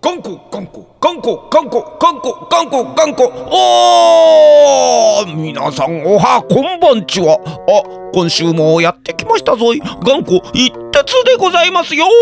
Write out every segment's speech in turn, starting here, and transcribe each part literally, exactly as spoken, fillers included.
頑固頑固頑固頑固頑固頑固頑固。おー、皆さんおはこんばんちは。あ、今週もやってきましたぞい。頑固一徹でございますよ。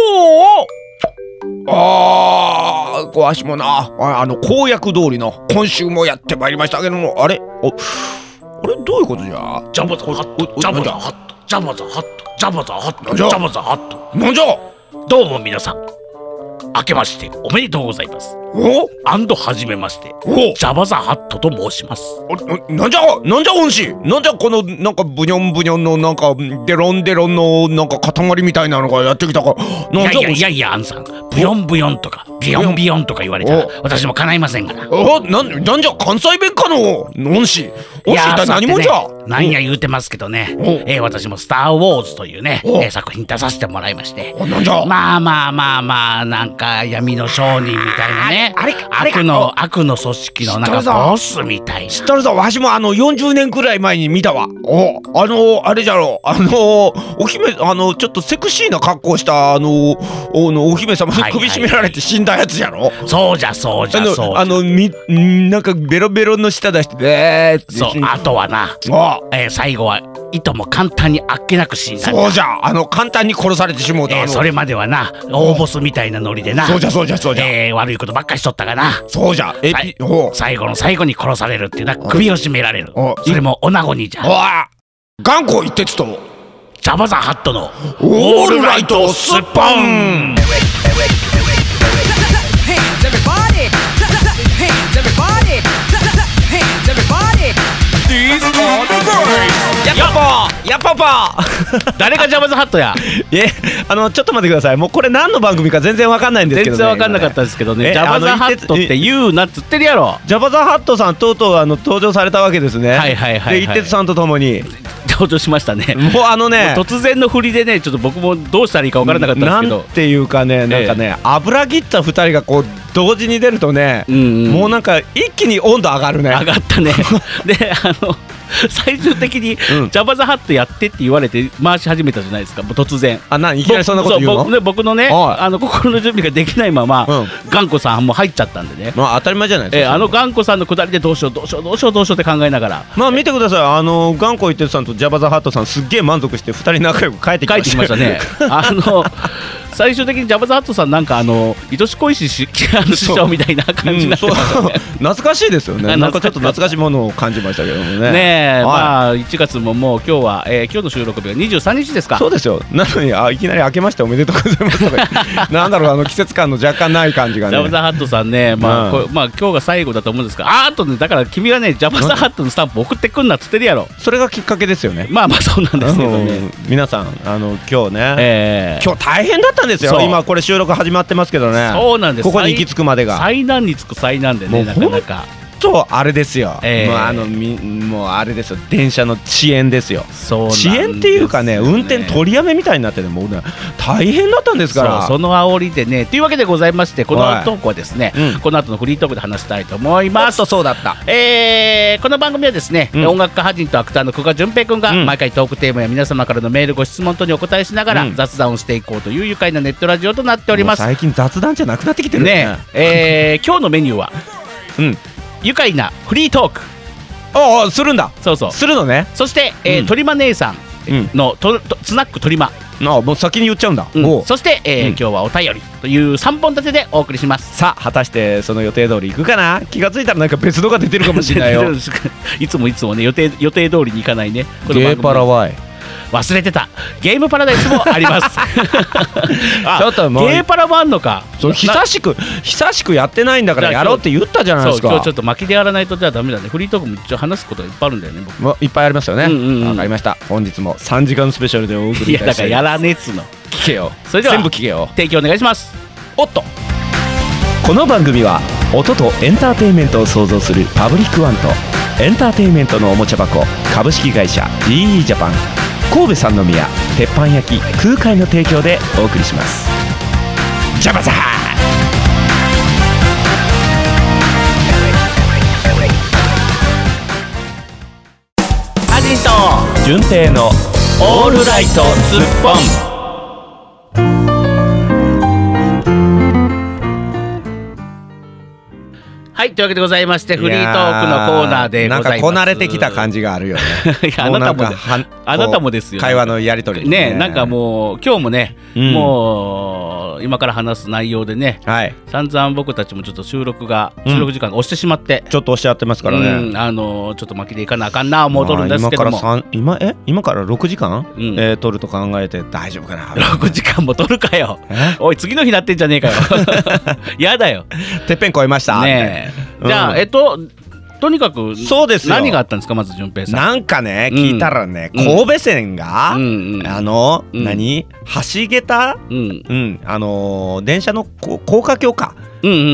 あー、わしもな、あ, あの公約通りの今週もやってまいりましたけども、あれおあれどういうことじゃ。 ジャバザハット、ジャバザハット、ジャバザハット、ジャバザハット、 ジャバザハット。 なんじゃ。 どうも皆さん、明けましておめでとうございます。 おアンドはじめまして、 おジャバザハットと申します。 な, なんじゃなんじゃ恩師、なんじゃこのなんかブニョンブニョンのなんかデロンデロンのなんか塊みたいなのがやってきたか。なんじゃ。 いやいやいやいや、アンさん、ブヨンブヨンとかビヨンビヨンとか言われたら私も叶いませんから。 おな, なんじゃ関西弁かの恩師。恩師一体何者じゃ。 なんや言うてますけどね、えー、私もスターウォーズというね、えー、作品出させてもらいまして、 なんじゃ。 まあまあまあまあ、なんか闇の商人みたいなね、 あれあれ悪の悪の組織のなんかボスみたいな。 知っとるぞ、わしもあのよんじゅうねんくらい前に見たわ。おあのあれじゃろ、あのお姫、あのちょっとセクシーな格好したあの お, のお姫様に首絞められて死んだやつじゃろ。 そうじゃそうじゃそうじゃ。 あのみなんかベロベロの舌出してえーって。 そう、あとはな、えー、最後はいとも簡単にあっけなく死んだんだ。 そうじゃ、あの簡単に殺されてしもうた、 えー、それまではな大ボスみたいなノリでな。 そうじゃそうじゃそうじゃ、 えー、悪いことばっかりしとったがな。 そうじゃ、え最後の最後に殺されるっていうな、首を絞められる。それもおなごにじゃ。 頑固一徹とジャバザハットのオールライトスッポン。やっぱぱやっぱぱ誰がジャバザハットや。 え、あのちょっと待ってください。もうこれ何の番組か全然わかんないんですけどね。 全然わかんなかったですけどね。ジャバザハットって言うなっつってるやろ。 ジャバザハットさんとうとうあの登場されたわけですね。 はいはいはいはい。 で一徹さんとともに登場しましたね。 もうあのね、 突然の振りでね、ちょっと僕もどうしたらいいかわからなかったんですけど、 なんていうかね、なんかね、ええ、油切ったふたりがこう同時に出るとね、うんうん、もうなんか一気に温度上がるね。 上がったね。で、あの最終的に、うん、ジャバザハットやってって言われて回し始めたじゃないですか。もう突然。 あ、な、いきなりそんなこと言うの？ 僕, 僕のね、あの心の準備ができないまま、うん、頑固さんも入っちゃったんでね。 まあ当たり前じゃないですか。 えー、あの頑固さんのくだりでどうしようどうしようどうしようどうしようって考えながら、 まあ見てください。あの頑固一徹さんとジャバザハットさんすっげえ満足してふたり仲良く帰ってきました。 帰ってきましたね。あの最終的にジャバザハットさんなんかあの愛し恋し師匠みたいな感じになってましたね。 懐かしいですよね。なんかちょっと懐かしいものを感じましたけどもね。 ねえ、まあいちがつももう今日は、えー、今日の収録日がにじゅうさんにちですか。 そうですよ。なのにあいきなり明けましておめでとうございますとかなんだろう、あの季節感の若干ない感じがね。 ジャバザハットさんね、まあ、うん、これまあ今日が最後だと思うんですが、あーっとね、だから君はねジャバザハットのスタンプ送ってくんなっつってるやろ。 それがきっかけですよね。 まあまあそうなんですけどね。 皆さんあの今日ね、えー、今日大変だったんですよ。今これ収録始まってますけどね。 そうなんです。 ここに行き着くまでが災難につく災難でね、なかなか。 とあれですよ、えー、もうあのみもうあれですよ、電車の遅延ですよ。 そう遅延っていうかね、運転取りやめみたいになってて、もうね大変だったんですから。 そう、その煽りでねというわけでございまして、このトークはですね、うん、この後のフリートークで話したいと思います。 そうだった、 えー、この番組はですね、うん、音楽家歌人とアクターの久我淳平くんが、うん、毎回トークテーマや皆様からのメールご質問等にお答えしながら、うん、雑談をしていこうという愉快なネットラジオとなっております。 最近雑談じゃなくなってきてるね。 ねえー、今日のメニューはうん愉快なフリートーク。 ああ、するんだ。 そうそう、 するのね。 そして、えーうん、トリマ姉さんのととスナックトリマ、 ああ、もう先に言っちゃうんだ、 うん、そして、えーうん、今日はお便りというさんぼん立てでお送りします。 さあ果たしてその予定通りいくかな。気がついたらなんか別のが出てるかもしれないよ。 いつもいつもね予定予定通りにいかないね。 このゲーパラワイ忘れてた、ゲームパラダイスもありますあ、ちょっともうゲーパラもあんのか。 そう久しく久しくやってないんだからやろうって言ったじゃないですか。 そう、今日ちょっと巻きでやらないとじゃダメだね。フリートークも一応話すことがいっぱいあるんだよね。僕もいっぱいありますよね。わ、うんうんうん、かりました。本日もさんじかんスペシャルでお送りいたします。いやだからやらねえっつの。 聞けよ。 それでは全部聞けよ。 提供お願いします。 おっと、この番組は音とエンターテインメントを創造するパブリックワンとエンターテインメントのおもちゃ箱株式会社 ジーイー ジャパン神戸三宮鉄板焼き空海の提供でお送りします。ジャバザーアジンと順平のオールライトスッポン。 はい、というわけでございまして、フリートークのコーナーでございます。 なんかこなれてきた感じがあるよね。 いや、あなたもね、あなたもですよ、ね、 会話のやり取りね。ね、なんかもう今日もね、うん、もう今から話す内容でね、はい、散々僕たちもちょっと収録が、収録時間が押してしまって、 うん、ちょっと押しちゃってますからね。 うん、あのちょっと巻きでいかなあかんな思うとるんですけども、 まあ、今から今え今からろくじかん、うん、えー、取ると考えて大丈夫かな。 ろくじかんも取るかよ。おい、次の日なってんじゃねえかよ。やだよ。 てっぺん越えましたねえ。じゃあ、うん、えっととにかくそうですよ。何があったんですか、まず順平さん。 なんかね、聞いたらね、うん、神戸線が、うんうん、あの、うん、何橋桁、うんうん、あのー、電車の高架橋か、うんうんうん、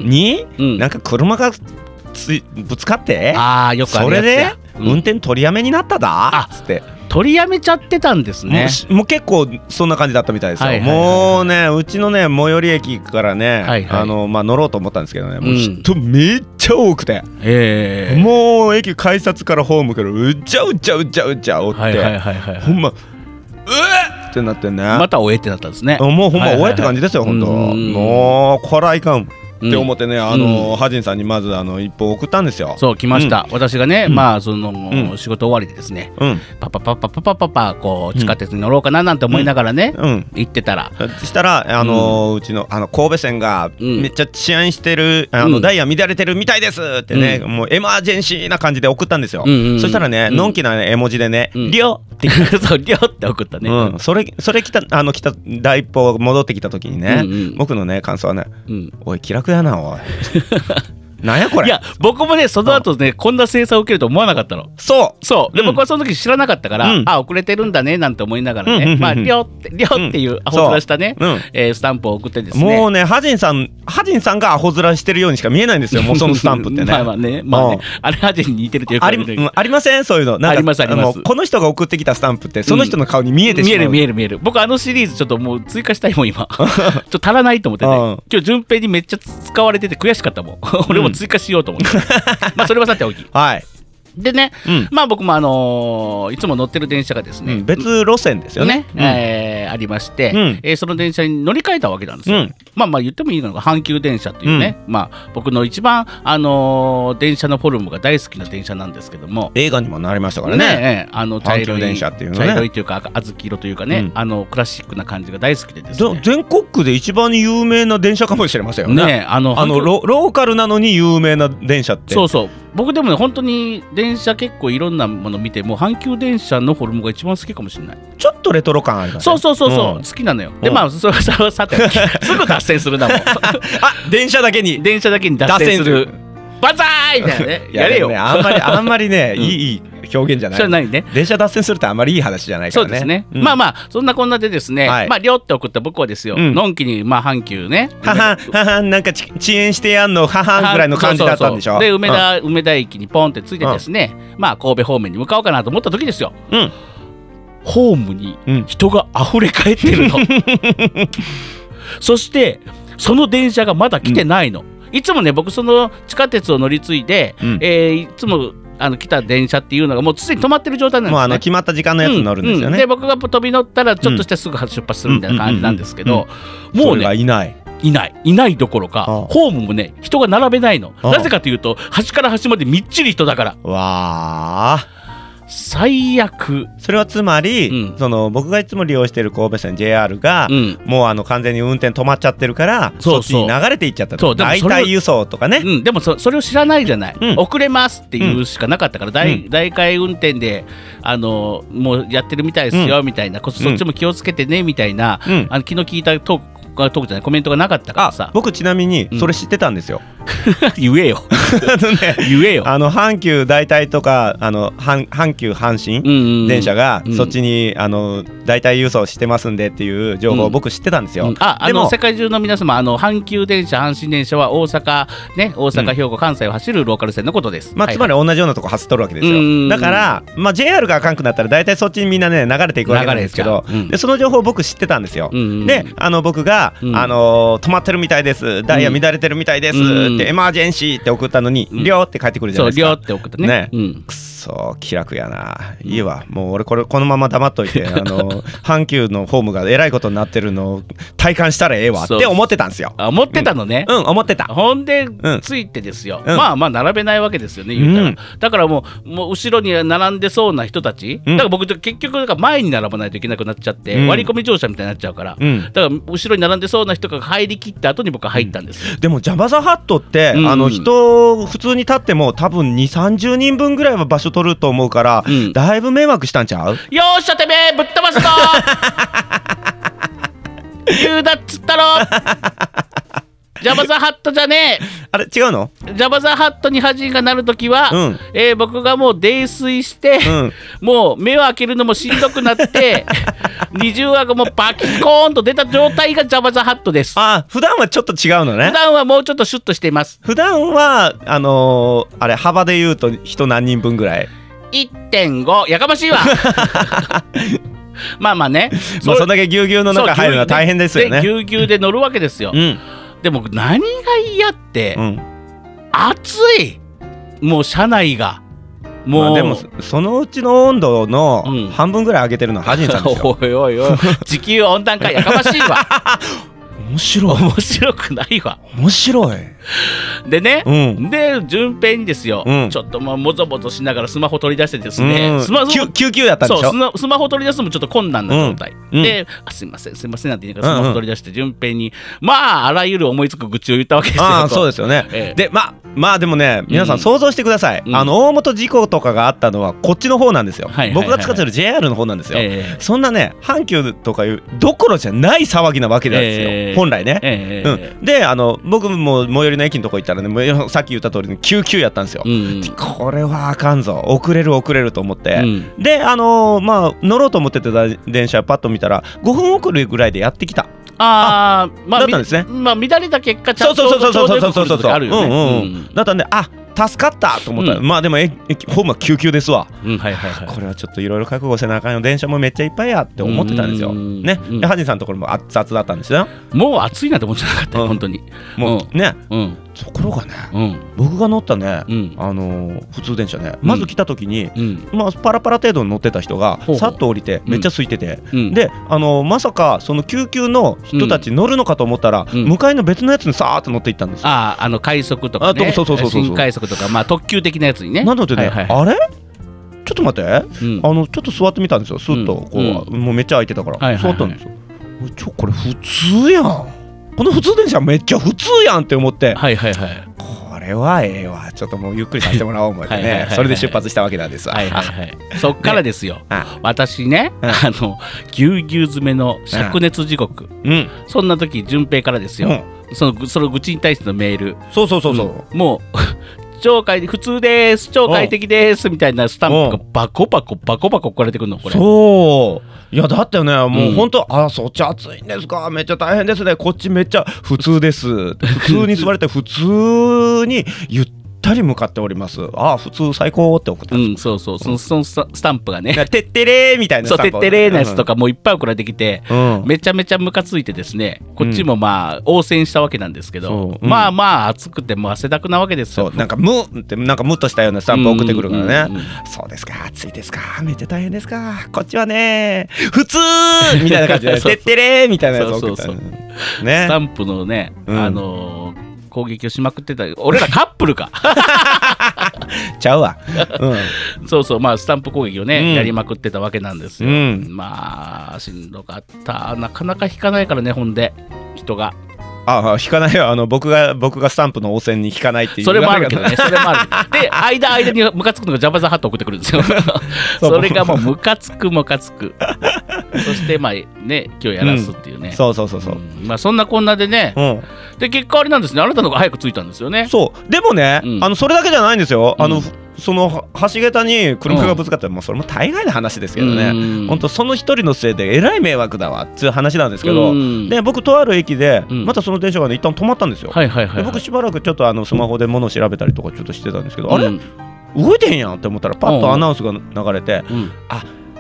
に、うん、なんか車がつぶつかって、 あ、よくあるやつや。 それで運転取りやめになっただっつって。 取りやめちゃってたんですね。 もう、もう結構そんな感じだったみたいですよ、はいはいはいはい、もうね、うちのね最寄り駅からね、はいはい、あのまあ、乗ろうと思ったんですけどね、もう人めっちゃ多くて、うん、もう駅改札からホームからうっちゃうっちゃうっちゃうっちゃおって、はいはいはいはい、ほんまうえってなってね、 またおえってなったんですね。 もうほんまおえって感じですよ、はいはいはい、ほんともうこらいかんって思ってね、あのハジンさんにまずあの一本送ったんですよ。 そう来ました、うん、私がね、うん、まあその、うん、仕事終わりでですね、うん、パパパパパパパパこう地下鉄に乗ろうかななんて思いながらね、うん、行ってたらそしたらあの、うん、うちのあの神戸線がめっちゃ治安してる、あの、うん、ダイヤ乱れてるみたいですってね、うん、もうエマージェンシーな感じで送ったんですよ、うんうんうん、そしたらね、うん、のんきな絵文字でね、うん、りょってそうりょって送ったね、 うん、それそれ来たあの来た第一歩戻ってきた時にね、うんうん、僕のね感想はね、うん、おい気楽やなおいなんやこれ。 いや僕もねその後ね、うん、こんな制裁を受けると思わなかったの。 そうそうで、うん、僕はその時知らなかったから、うん、あ遅れてるんだねなんて思いながらね、うんうんうん、まありょってりょっていうアホ面したね、うんえー、スタンプを送ってですね、 もうねハジンさんハジンさんがアホ面してるようにしか見えないんですよ、もうそのスタンプってね。 まあまあねまあね、あれハジンに似てるっていうかあり、 うん、ありませんそういうの。なんかありますあります。 この人が送ってきたスタンプってその人の顔に見えてしまう、 うん、見える見える見える。僕あのシリーズちょっともう追加したいもん今ちょっと足らないと思ってね、うん、今日順平にめっちゃ使われてて悔しかったもん俺も追加しようと思って、まあそれはさておき、はい、でね、うん、まあ僕もあのー、いつも乗ってる電車がですね、うん、 別路線ですよね、 うんえー、ありまして、うんえー、その電車に乗り換えたわけなんですよ、うん、まあまあ言ってもいいのが阪急電車っていうね、うん、まあ僕の一番あのー、電車のフォルムが大好きな電車なんですけども、 映画にもなりましたからね、 ねあの茶色い電車っていうのね、 茶色いというか小豆色というかね、うん、あのクラシックな感じが大好きでですね、 全国区で一番有名な電車かもしれませんよね。ねあのあの ロ, ローカルなのに有名な電車って。 そうそう僕でもね本当に電車結構いろんなもの見ても阪急電車のフォルムが一番好きかもしれない。 ちょっとレトロ感ありますね。 そうそうそうそう、うん、好きなのよ。でまあそれはさてすぐ脱線するなもんあ電車だけに電車だけに脱線するバザーイみたいなねやれよ、 ね、あんまりあんまりね、うん、いいいい表現じゃない。 それ何ね、 電車脱線するってあんまりいい話じゃないからね。 そうですね、 うん、 まあまあそんなこんなでですね、はい、まありょって送った僕はですよ、うん、のんきにまあ阪急ねははははなんか遅延してやんのははぐらいの感じだったんでしょ。 そうそうそうで梅田、うん、梅田駅にポンってついてですね、うん、まあ神戸方面に向かおうかなと思った時ですよ、うん、ホームに人が溢れ返ってるの、うん、そしてその電車がまだ来てないの、うんいつもね僕その地下鉄を乗り継いで、うんえー、いつもあの来た電車っていうのがもうすでに止まってる状態なんですね。もうあの決まった時間のやつに乗るんですよね、うんうん、 で僕が飛び乗ったらちょっとしてすぐ出発するみたいな感じなんですけど、もうねいないいないいないどころかホームもね人が並べないの。なぜかというと端から端までみっちり人だから。 わー最悪。 それはつまり、うん、その僕がいつも利用している神戸線 ジェイアール が、うん、もうあの完全に運転止まっちゃってるからそっちに流れていっちゃったと。代替輸送とかね、 うん、でも そ, それを知らないじゃない、うん、遅れますっていうしかなかったから、代, 代替運転であのもうやってるみたいですよ、うん、みたいな、そっちも気をつけてねみたいな、うん、あの気の利いたトークトークじゃないコメントがなかったからさ。 僕ちなみにそれ知ってたんですよ、 うん、言えよね、言えよ。 あの阪急代替とかあの阪, 阪急阪神電車がそっちにあの代替輸送してますんでっていう情報を僕知ってたんですよ、うんうん、 ああの世界中の皆様あの阪急電車阪神電車は大阪ね大阪兵庫関西を走るローカル線のことです、 まあ、つまり同じようなとこ走っとるわけですよ、はいはい、だから、まあ、ジェイアール があかんくなったら大体そっちにみんなね流れていくわけなんですけど、うん、でその情報を僕知ってたんですよ、うん、であの僕が、うんあのー、止まってるみたいですダイヤ乱れてるみたいです、うん、ってエマージェンシーって送ったったのに、うん、りょーって帰ってくるじゃないですか。 そうりょーって送ったね。ね、 うん、くそ気楽やな。いいわ、もう俺これこのまま黙っといてあの阪急のホームがえらいことになってるのを体感したらええわって思ってたんですよ。 あ思ってたのね。 うん、うん、思ってた。 ほんで、うん、ついてですよ、うん、まあまあ並べないわけですよね言うたら、うん、だからもう、もう後ろに並んでそうな人たち、うん、だから僕結局だから前に並ばないといけなくなっちゃって、うん、割り込み乗車みたいになっちゃうから、うん、だから後ろに並んでそうな人が入りきった後に僕は入ったんですよ、 うん、でもジャバザハットって、うん、あの人普通に立っても多分にじゅうさんじゅうにんぶんぐらいは場所取ると思うから、うん、だいぶ迷惑したんちゃう？ よーしゃてめえぶっ飛ばすぞ言うだっつったろジャバザハットじゃねえ。 あれ違うの？ ジャバザハットに端が鳴るときは、うんえー、僕がもう泥酔して、うん、もう目を開けるのもしんどくなって二重輪がもうバキコーンと出た状態がジャバザハットです。 あ、普段はちょっと違うのね。 普段はもうちょっとシュッとしています。 普段はあのー、あれ幅で言うと人何人分ぐらい？ いってんご やかましいわまあまあね、 まあ、そんだけぎゅうぎゅうの中入るのは大変ですよね。 ぎゅうぎゅうで乗るわけですよ、うん、でも何が嫌って、うん、暑い、もう車内がもう、まあ、 でもそのうちの温度の半分ぐらい上げてるのはハジンさんですよ、 うん、おいおいおい地球温暖化やかましいわ面白い。 面白くないわ。 面白い。 でね、うん、で順平にですよ、うん、ちょっともうもぞもぞしながらスマホ取り出してですね、うん、スマホ救急やったんでしょ。 そうスマホ取り出すのもちょっと困難な状態、うん、で、あすいませんすいませんなんて言いながらスマホ取り出して順平に、まああらゆる思いつく愚痴を言ったわけですよ。 あそうですよね、ええ、でまあまあでもね皆さん想像してください、うん、あの大本事故とかがあったのはこっちの方なんですよ、はいはいはいはい、僕が使ってる ジェイアール の方なんですよ、えー、そんなね阪急とかいうどころじゃない騒ぎなわけなんですよ、えー、本来ね、えーうん、であの僕も最寄りの駅のとこ行ったらねさっき言った通りに救急やったんですよ、うん、これはあかんぞ遅れる遅れると思って、うん、であのー、まあ乗ろうと思ってた電車パッと見たらごふん遅れぐらいでやってきた。 ああ、まあ、 だったんですね。 まあ、乱れた結果ちゃんとそうそうそうそうそうそうそうあるよね。うんうんうん、だったんで、あ、助かったと思ったら、うん、まあでもえホームは救急ですわ、うんはいはいはい、これはちょっといろいろ覚悟せなあかんよ、電車もめっちゃいっぱいやって思ってたんですよね。でハジンさんのところも熱々だったんですよ。 もう暑いなと思ってなかった、うん、本当にもうね、うん、ところがね、うん、僕が乗ったね、うん、あのー、普通電車ね、まず来た時に、うんまあ、パラパラ程度に乗ってた人がさっと降りてめっちゃ空いてて、うん、で、あのー、まさかその救急の人たち乗るのかと思ったら、うん、向かいの別のやつにさーっと乗っていったんですよ。 ああ、あの快速とかね、新快速とか、まあ、特急的なやつにね。 なのでね、はいはい、あれちょっと待って、うん、あのちょっと座ってみたんですよ。スッとこう、うん、もうめっちゃ空いてたから、はいはいはい、座ったんですよ。ちょこれ普通やん、この普通電車めっちゃ普通やんって思って、はいはいはい、これはええわ、ちょっともうゆっくりさせてもらおう思ってねはいはいはいはい、それで出発したわけなんですわ、はいはいはい、 そっからですよ、ね、私ね、うん、あのぎゅうぎゅう詰めの灼熱地獄、うん、そんな時順平からですよ、うん、そのその愚痴に対してのメール、 そうそうそうそう、 うん、もう超快普通です超快適ですみたいなスタンプがバコバコバコバコ送られてくるのこれ。 そういやだってねもう本当、うん、あそっち暑いんですかめっちゃ大変ですねこっちめっちゃ普通です普通に座れて普通に言って二人向かっております。ああ普通最高って送ったんです、 うん、そうそうそのそのスタンプがねてってれーみたいなスタンプ、 そうてってれーなやつとかもういっぱい送られてきて、うん、めちゃめちゃムカついてですねこっちもまあ応戦したわけなんですけど、うん、まあまあ暑くてもう汗だくなわけですよ。 そうなんかムってなんかムッとしたようなスタンプ送ってくるからね、うんうんうん、そうですか暑いですかめっちゃ大変ですかこっちはね普通みたいな感じでてってれーみたいなやつ送った、そうそうそう、ね、スタンプのね、うん、あのー攻撃をしまくってた俺らカップルかちゃうわ、 うん、そうそうまあスタンプ攻撃をね、うん、やりまくってたわけなんですよ、うん、まあしんどかったなかなか引かないからねほんで人がああ引かないよあの僕が僕がスタンプの応戦に引かないっていうそれもあるけどねそれもあるで間間にムカつくのがジャバザハット送ってくるんですよそれがもうムカつくムカつくそしてまあね今日やらすっていうね、 うん、そうそうそうそう、 うん、まあそんなこんなでね、うん、で結果あれなんですねあなたの方が早く着いたんですよね。 そうでもね、うん、あのそれだけじゃないんですよ、うん、あのその橋桁に車がぶつかったら、うん、もうそれも大概な話ですけどね、うん、本当その一人のせいでえらい迷惑だわっていう話なんですけど、うん、で僕とある駅でまたその電車がね一旦止まったんですよ、はいはいはいはい、で僕しばらくちょっとあのスマホで物を調べたりとかちょっとしてたんですけど、うん、あれ動いてへんやんって思ったらパッとアナウンスが流れて、うん、あ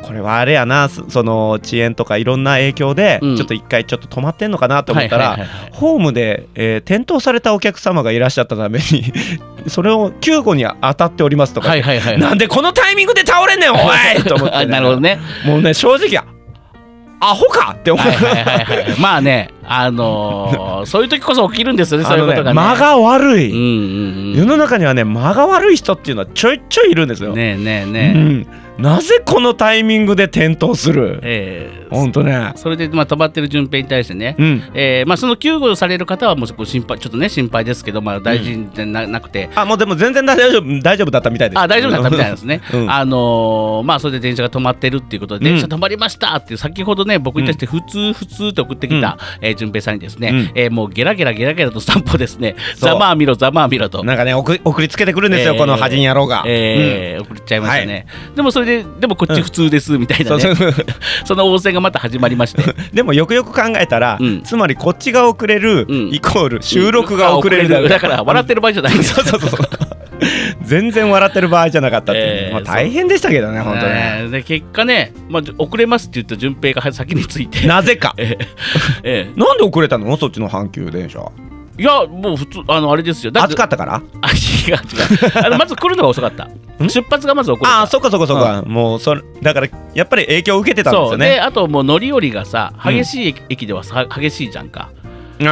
これはあれやな、その遅延とかいろんな影響でちょっと一回ちょっと止まってんのかなと思ったら、ホームで、えー、転倒されたお客様がいらっしゃったためにそれを救護に当たっておりますとか、はいはいはい、なんでこのタイミングで倒れんねんおいと思って、ね、 なるほどね。 もうね正直アホかって思う、はいはいはいはい、まあね、あのー、そういう時こそ起きるんですよね、そういうことがね。 間が悪い、うんうんうん、世の中にはね間が悪い人っていうのはちょいちょいいるんですよ。 ねえねえねえ、 うんなぜこのタイミングで転倒する、えー、ほんとね。 それで、まあ、止まってる順平に対してね、うんえーまあ、その救護される方はもう心配ちょっとね心配ですけど、まあ、大事じゃ な,、うん、なくてあもうでも全然大丈夫大丈夫だったみたいです。 あ大丈夫だったみたいですね、うんあのーまあ、それで電車が止まってるっていうことで、うん、電車止まりましたっていう先ほどね僕に対して普通普通と送ってきた、うんえー、順平さんにですね、うんえー、もうゲラゲラゲラゲラとスタンプをですねざまあ見ろざまあ見ろとなんかね送りつけてくるんですよ、えー、この恥野郎が、 えーうん、送っちゃいましたね、はい、でもそれででもこっち普通ですみたいなね、うん、そ, その応戦がまた始まりましてでもよくよく考えたら、うん、つまりこっちが遅れる、うん、イコール収録が遅れる、 うん、だから笑ってる場合じゃないんですそうそうそう全然笑ってる場合じゃなかったっていう、えーまあ、大変でしたけどね本当ね。 で結果ね、まあ、遅れますって言った順平が先についてなぜか、えーえー、なんで遅れたのそっちの阪急電車。 いやもう普通あのあれですよ。 だ暑かったから。 あ違う違うあのまず来るのが遅かった出発がまず遅れた。 あそっかそっかそっか、うん、もうそれだからやっぱり影響を受けてたんですよね。 そうであともう乗り降りがさ激しい駅ではさ、うん、激しいじゃんか。 うん、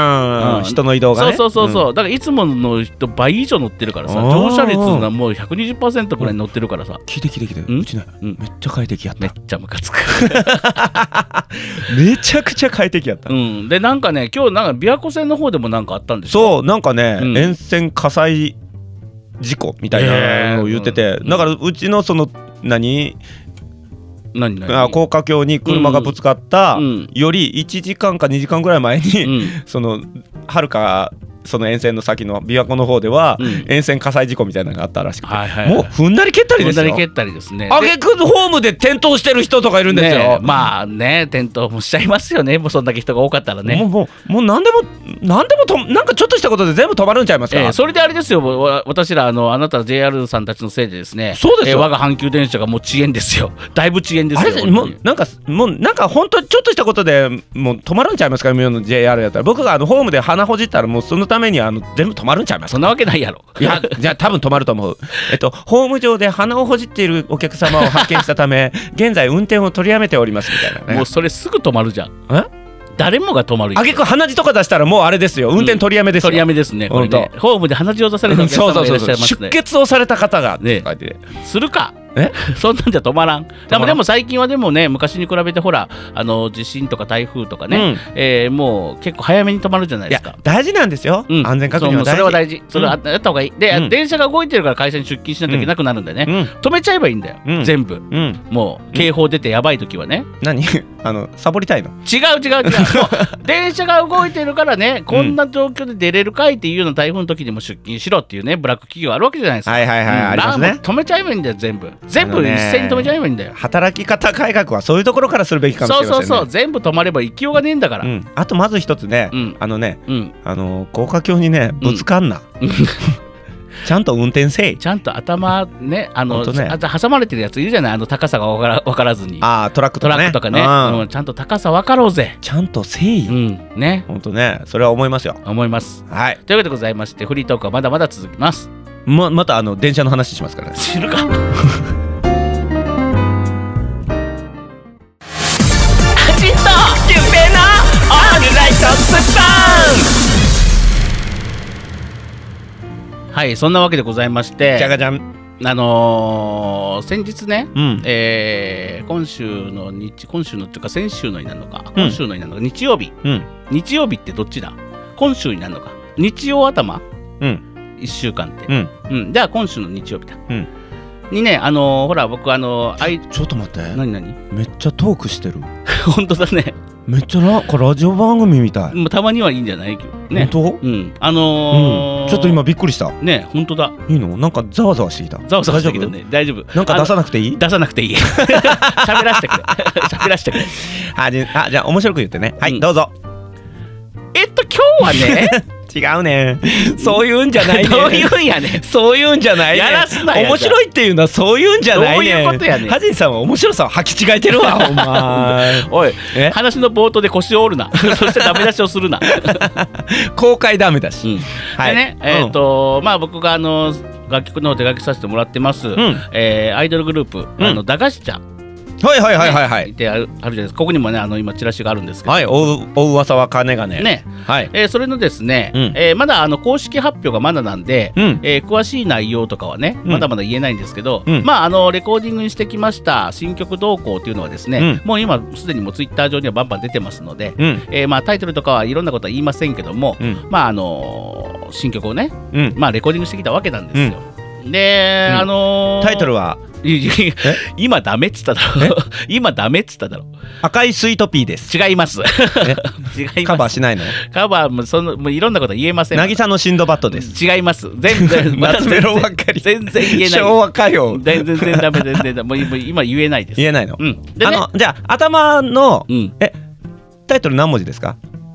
人の移動がね。 そうそうそうそう、うん、だからいつもの人倍以上乗ってるからさ乗車率がもう ひゃくにじゅっパーセント くらい乗ってるからさ。 聞いて聞いて聞いて、うちね、うん、めっちゃ快適やった。 めっちゃムカつくめちゃくちゃ快適やった、 うん、でなんかね今日なんか琵琶湖線の方でもなんかあったんですよ。そうなんかね、うん、沿線火災事故みたいなのを言ってて、えーうん、だからうちのその何何何高架橋に車がぶつかったよりいちじかんかにじかんぐらい前に、うん、そのはるかその沿線の先の琵琶湖の方では、うん、沿線火災事故みたいなのがあったらしくて、はいはいはい、もう踏んだり蹴ったりですよ。 踏んだり蹴ったりですね。 あげくホームで転倒してる人とかいるんですよ、 ね、まあね転倒もしちゃいますよね。もうそんだけ人が多かったらね。 もうもうもう何でも何でもとなんかちょっとしたことで全部止まるんちゃいますか、 えー、それであれですよ私らあのあなた ジェイアール さんたちのせいでですね。 そうですよ、 えー、我が阪急電車がもう遅延ですよ。だいぶ遅延ですよ。 あれもうなんかもうなんか本当ちょっとしたことでもう止まるんちゃいますか。今の ジェイアール やったら僕があのホームで鼻ほじったらもうそのためにあの全部止まるんちゃいますか。 そんなわけないやろ。 いやじゃあ多分止まると思う。えっとホーム上で鼻をほじっているお客様を発見したため現在運転を取りやめておりますみたいなね。 もうそれすぐ止まるじゃん。 え誰もが止まるよ。 あげく鼻血とか出したらもうあれですよ運転取りやめですよ、 うん、取りやめですねこれね。ホームで鼻血を出されたお客様がいらっしゃいますね。 出血をされた方がねするかえそんなんじゃ止まらん。でもでも最近はでもね昔に比べてほらあの地震とか台風とかね、うんえー、もう結構早めに止まるじゃないですか。いや大事なんですよ、うん、安全確認は大事。 それは大事。それはやった方がいい、うん、で、うん、電車が動いてるから会社に出勤しないといけなくなるんでね、うん、止めちゃえばいいんだよ、うん、全部、うん、もう警報出てやばい時はね、 うん、何あのサボりたいの。 違う違う違うもう電車が動いてるからねこんな状況で出れるかいっていうような台風の時にも出勤しろっていうねブラック企業あるわけじゃないですか。 はいはいはい、うん、ありますね。 止めちゃえばいいんだよ全部全部一斉に止めちゃえばいいんだよ。 働き方改革はそういうところからするべきかもしれませんね。 そうそうそう全部止まれば行きようがねえんだから、うん、 あとまず一つね、うん、あのね、うん、あの高架橋にねぶつかんな、うん、ちゃんと運転せい。 ちゃんと頭ねあのねあ挟まれてるやついるじゃないあの高さが分から、分からずに。 ああトラックとかね。 トラックとかね、うん、ちゃんと高さ分かろうぜ。 ちゃんとせい、 うんねほんとねそれは思いますよ。 思います。 はいというわけでございましてフリートークはまだまだ続きます。 ま, またあの電車の話しますからね。 知るかはいそんなわけでございましてじゃがじゃんあのー、先日ね、うんえー、今週の日今週のっていうか先週のになるのか、うん、今週のになるのか日曜日、うん、日曜日ってどっちだ今週になるのか日曜頭、うん、いっしゅうかんって、うんうん、じゃあ今週の日曜日だ、うんにね、あのー、ほら僕あのー、あいちょっと待って何何めっちゃトークしてる本当だねめっちゃララジオ番組みたい。 たまにはいいんじゃないね。 本当？ うんあのーうん、ちょっと今びっくりしたね本当だ。 いいのなんかざわざわしてきた。 ざわざわしてきたね大丈夫。 なんか出さなくていい？ 出さなくていい喋らせてくれ喋らせてくれあじゃあじゃあ面白く言ってねはい、うん、どうぞ。 えっと今日はね違うねそういうんじゃないねどういうんやねそういうんじゃないねやらすなや面白いっていうのはそういうんじゃないねどういうことやねんハジンさんは面白さを履き違えてるわお前おい話の冒頭で腰を折るなそしてダメ出しをするな公開ダメだし、 うんはい、でねえっ、ー、と、うん、まあ僕があの楽曲の手書きさせてもらってます、うんえー、アイドルグループ、うん、あの駄菓子茶はいはいはいはいはい。 であるあるじゃないですか。ここにもねあの今チラシがあるんですけど。 はい。おお噂は金がね。 ね。 はい。 えー、それのですね、うんえー、まだあの公式発表がまだなんで、うんえー、詳しい内容とかはねまだまだ言えないんですけど、うん、まああのレコーディングにしてきました新曲動向っていうのはですね、うん、もう今すでにもうツイッター上にはバンバン出てますので、うんえー、まあタイトルとかはいろんなことは言いませんけども、うん、まああのー、新曲をね、うん、まあレコーディングしてきたわけなんですよ。うん、で、うん、あのー、 タイトルは。 今ダメっつっただろ今ダメっつっただろ赤いスイートピーです。 違います違います。 カバーしないの？ カバーもそのもういろんなこと言えません。 渚のシンドバッドです。 違います。全然まメロばっかり全然言えない。 昭和歌謡全然全然ダメ全然ダメもう今言えないです。 言えないの、 うんでね、あのじゃあ頭の、うん、えタイトル何文字ですか？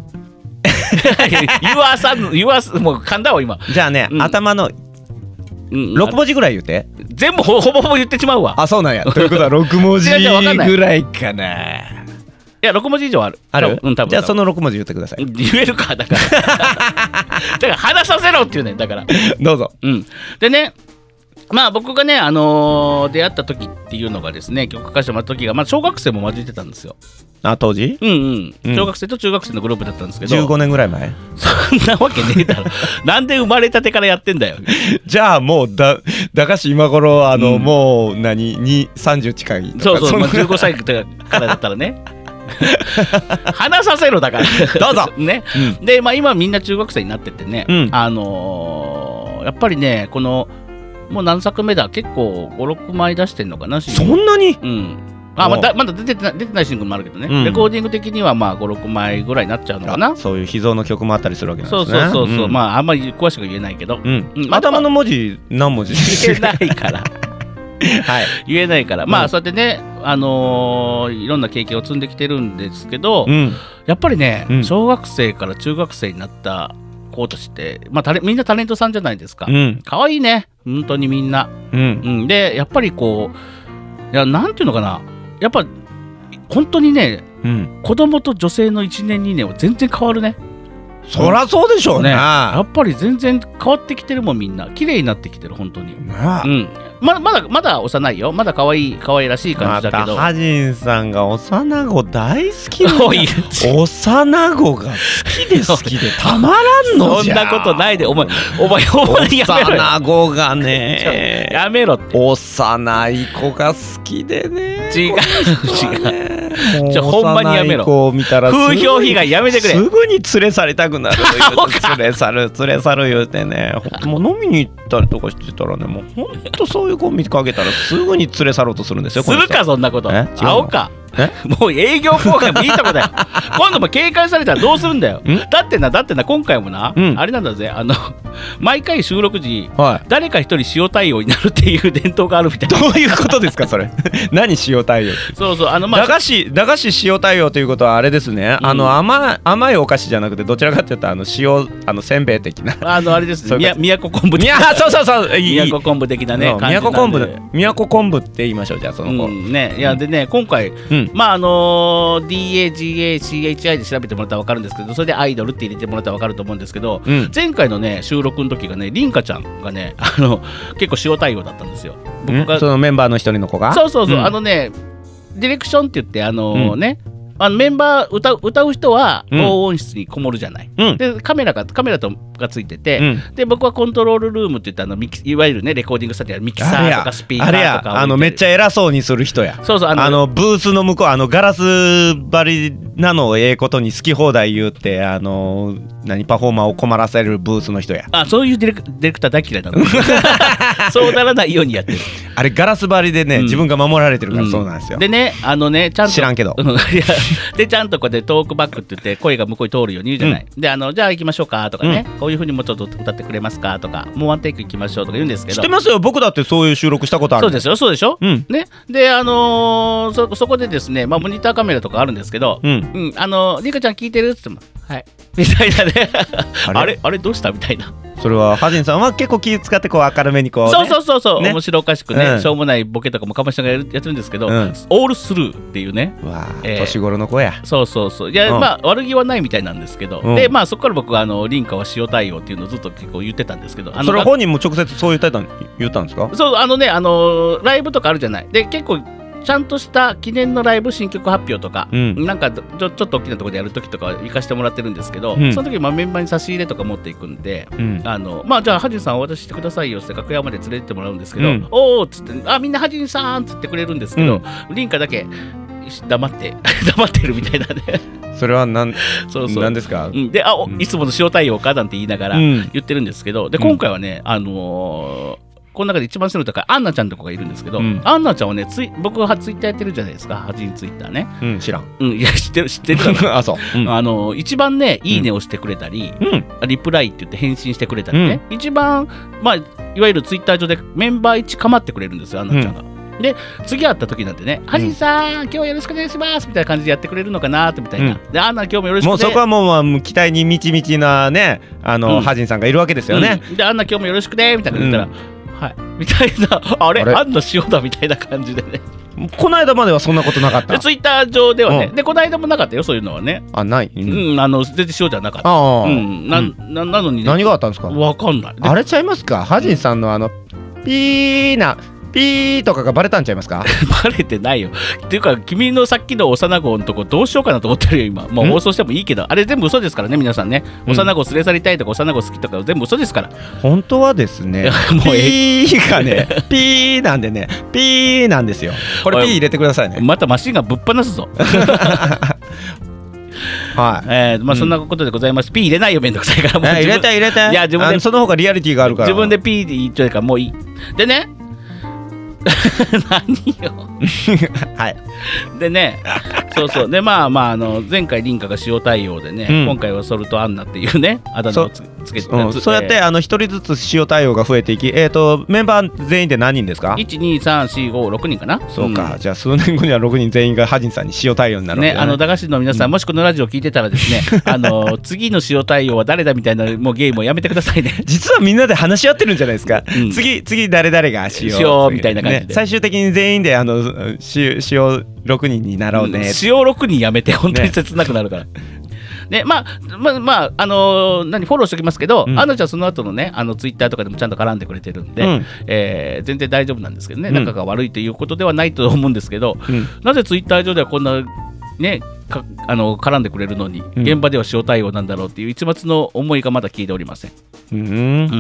言わさん言わすもう噛んだわ今。 じゃあね、うん、頭のろく文字ぐらい言って。 全部ほぼほぼ言ってしまうわ。 あ、そうなんや。ということはろく文字ぐらいかな。 いやろく文字以上ある。 ある？ うん、多分。 じゃあそのろく文字言ってください。 言えるかだから。だから話させろっていうねだから。 どうぞ。 うん。でね。まあ僕がね、あのー、出会った時っていうのがですね曲歌手の時が、まあ、小学生も混じってたんですよ。 あ当時？ うんうん、小学生と中学生のグループだったんですけどじゅうごねんぐらい前？ そんなわけねえだろなんで生まれたてからやってんだよじゃあもうだ駄菓子今頃あの、うん、もう何にさんじゅう近いとかそうそう、まあ、じゅうごさいからだったらね話させろだからどうぞね、うん、で、まあ、今みんな中学生になっててね、うん、あのー、やっぱりねこのもう何作目だ結構ごろくまい出してんのかな。 そんなに？ うんあまだまだ出てない出てないシングルもあるけどね、うん、レコーディング的にはまあごろくまいぐらいになっちゃうのかな。 そういう秘蔵の曲もあったりするわけなんですね。 そうそうそうそう、うん、まああんまり詳しく言えないけど、うんうん、頭の文字何文字言えないからはい言えないから、まあそうやってねあのー、いろんな経験を積んできてるんですけど、うん、やっぱりね、うん、小学生から中学生になった子たちって、まあ、タレみんなタレントさんじゃないですか。可愛、うん、いいね本当にみんな、うんうん、でやっぱりこういやなんていうのかなやっぱ本当にね、うん、子供と女性のいちねんにねんは全然変わるね。 そりゃそうでしょうね。 やっぱり全然変わってきてるもんみんな綺麗になってきてる本当に、ねうん、ま, まだまだ幼いよまだ可愛い可愛らしい感じだけどまたハジンさんが幼子大好きな幼子が好きで好きでたまらんのじゃそんなことないでお前お前お前やめろ幼子がねやめろって幼い子が好きでね違う違うちょほんまにやめろ風評被害やめてくれすぐに連れ去りたくなる連れ去る連れ去る言うてねもう飲みに行ったりとかしてたらねもうほんとそういう子見かけたらすぐに連れ去ろうとするんですよ。 するかそんなこと青かもう営業妨害もいいとこだよ今度も警戒されたらどうするんだよだってなだってな今回もな、うん、あれなんだぜあの毎回収録時、はい、誰か一人塩対応になるっていう伝統があるみたいな。 どういうことですかそれ何塩対応そうそうあの、まあ、 駄菓子駄菓子塩対応ということはあれですね、うん、あの 甘, 甘いお菓子じゃなくてどちらかというとあの塩あのせんべい的なあのあれですね宮古昆布的なそうそうそう宮古昆布的なね宮古昆布宮古昆布って言いましょうじゃあその子、 うん、ねいやでね今回、うん、まああのーディーエージーエーシーエイチアイ で調べてもらったら分かるんですけどそれでアイドルって入れてもらったら分かると思うんですけど、うん、前回のね収録の時がねりんかちゃんがねあの結構塩対応だったんですよ。 僕がそのメンバーの一人の子がそうそうそう、うん、あのねディレクションって言ってあのーうん、ねあのメンバー 歌, 歌う人は高音質にこもるじゃない、うん、でカメラがカメラとがついてて、うん、で僕はコントロールルームって言ってあのミキいわゆるねレコーディングしたってミキサーとかスピーカーとかあれやあのめっちゃ偉そうにする人やそうそうあのあのブースの向こうあのガラス張りなのをええことに好き放題言ってあの何パフォーマーを困らせるブースの人や。 あそういうディレク、ディレクター大嫌いなのそうならないようにやってるあれガラス張りでね、うん、自分が守られてるからそうなんですよ、 うん、でねあのねちゃんと知らんけどでちゃんとこうでトークバックって言って声が向こうに通るように言うじゃない、うん、であのじゃあ行きましょうかとかね、うん、こういう風にもうちょっと歌ってくれますかとかもうワンテイク行きましょうとか言うんですけど知ってますよ僕だってそういう収録したことある。 そうですよそうでしょ、うんね、であのー、そ, そこでですね、まあ、モニターカメラとかあるんですけど、うんうん、あのー、リカちゃん聞いてるって言ってもはいみたいなねあれあれあれどうしたみたいな。 それはハジンさんは結構気使ってこう明るめにこう、ね、 そうそうそうそう、ね、面白おかしくね、うん、しょうもないボケとかもかましながらやってるんですけど、うん、オールスルーっていうね、 わ、えー、年頃の子や。 そうそうそう、いや、うん、まあ悪気はないみたいなんですけど、うん、でまあそこから僕はあのリンカは塩対応っていうのをずっと結構言ってたんですけど、あのそれ本人も直接そう言った言ったんですか？ そうあのねあのライブとかあるじゃない。で結構ちゃんとした記念のライブ新曲発表とか、うん、なんかちょ、ちょっと大きなところでやるときとか行かせてもらってるんですけど、うん、その時まあメンバーに差し入れとか持っていくんで、うん、あのまあじゃあハジンさんお渡ししてくださいよって楽屋まで連れてってもらうんですけど、うん、おーっつってあみんなハジンさんっつってくれるんですけど、うん、リンカだけ黙って黙ってるみたいなね。 それは何そうそう何ですか？ うん、であ、うん、いつもの塩対応かなんて言いながら言ってるんですけど、で今回はねあのーこの中で一番背の高いアンナちゃんって子がいるんですけど、うん、アンナちゃんはねつい僕がツイッターやってるじゃないですか、ハジンツイッターね、 うん、知らん、 うん、いや知ってる知ってるあそう、うん、 あの一番ねいいねをしてくれたり、うん、リプライって言って返信してくれたりね、うん、一番まあいわゆるツイッター上でメンバー一構ってくれるんですよ、アンナちゃんが、うん、で次会った時なんてね、ハジンさん、うん、今日はよろしくお願いしますみたいな感じでやってくれるのかなみたいな、うん、でアンナ今日もよろしくね、 もうそこはもう、まあ、期待にみちみちなねあの、うん、ハジンさんがいるわけですよね、 うん、でアンナ今日もよろしくねみたいな言ったら、うんはい、みたいなあれあんの塩だみたいな感じでねこの間まではそんなことなかったツイッター上ではね、うん、でこの間もなかったよそういうのはねあない、 うん、うん、あの全然塩じゃなかったあ、うん、な, な, なのに、ね、 何があったんですかわかんないあれちゃいますかハジンさんのあのピーなピーとかがバレたんちゃいますかバレてないよっていうか君のさっきの幼子のとこどうしようかなと思ってるよ今もう放送してもいいけどあれ全部嘘ですからね皆さんね、うん、幼子連れ去りたいとか幼子好きとか全部嘘ですから本当はですねもうピーがねピーなんでねピーなんですよこれピー入れてくださいねまたマシンがぶっ放すぞはいえーまあ、そんなことでございます、うん、P 入れないよめんどくさいからもう入れた入れたいや自分でその方がリアリティがあるから自分で P で言っちゃうからもういいでね何よはいでねそうそうでまあまああの前回リンカが塩対応でね、うん、今回はソルトアンナっていうねあだ名をつつけてた、 うん、そうやってあの一人ずつ塩対応が増えていきえっ、ー、とメンバー全員で何人ですか？ いち、に、さん、し、ご、ろくにんかな。 そうか、うん、じゃあ数年後にはろくにん全員がハジンさんに塩対応になるわけだね。 ねあの駄菓子の皆さん、うん、もしこのラジオ聞いてたらですねあの次の塩対応は誰だみたいなもうゲームをやめてくださいね実はみんなで話し合ってるんじゃないですか、うん、次次誰々が塩塩みたいな感じで、 ね、最終的に全員であの塩塩ろくにんになろうね、うん、 塩ろくにんやめて本当に切なくなるから、ねね、まあまあまああのー、何フォローしておきますけど、うん、アンナちゃんその後のねあのツイッターとかでもちゃんと絡んでくれてるんで、うん、えー、全然大丈夫なんですけどね、うん、仲が悪いということではないと思うんですけど、うん、なぜツイッター上ではこんなねかあの絡んでくれるのに、うん、現場では塩対応なんだろうっていう一末の思いがまだ聞いておりません。うん、うん、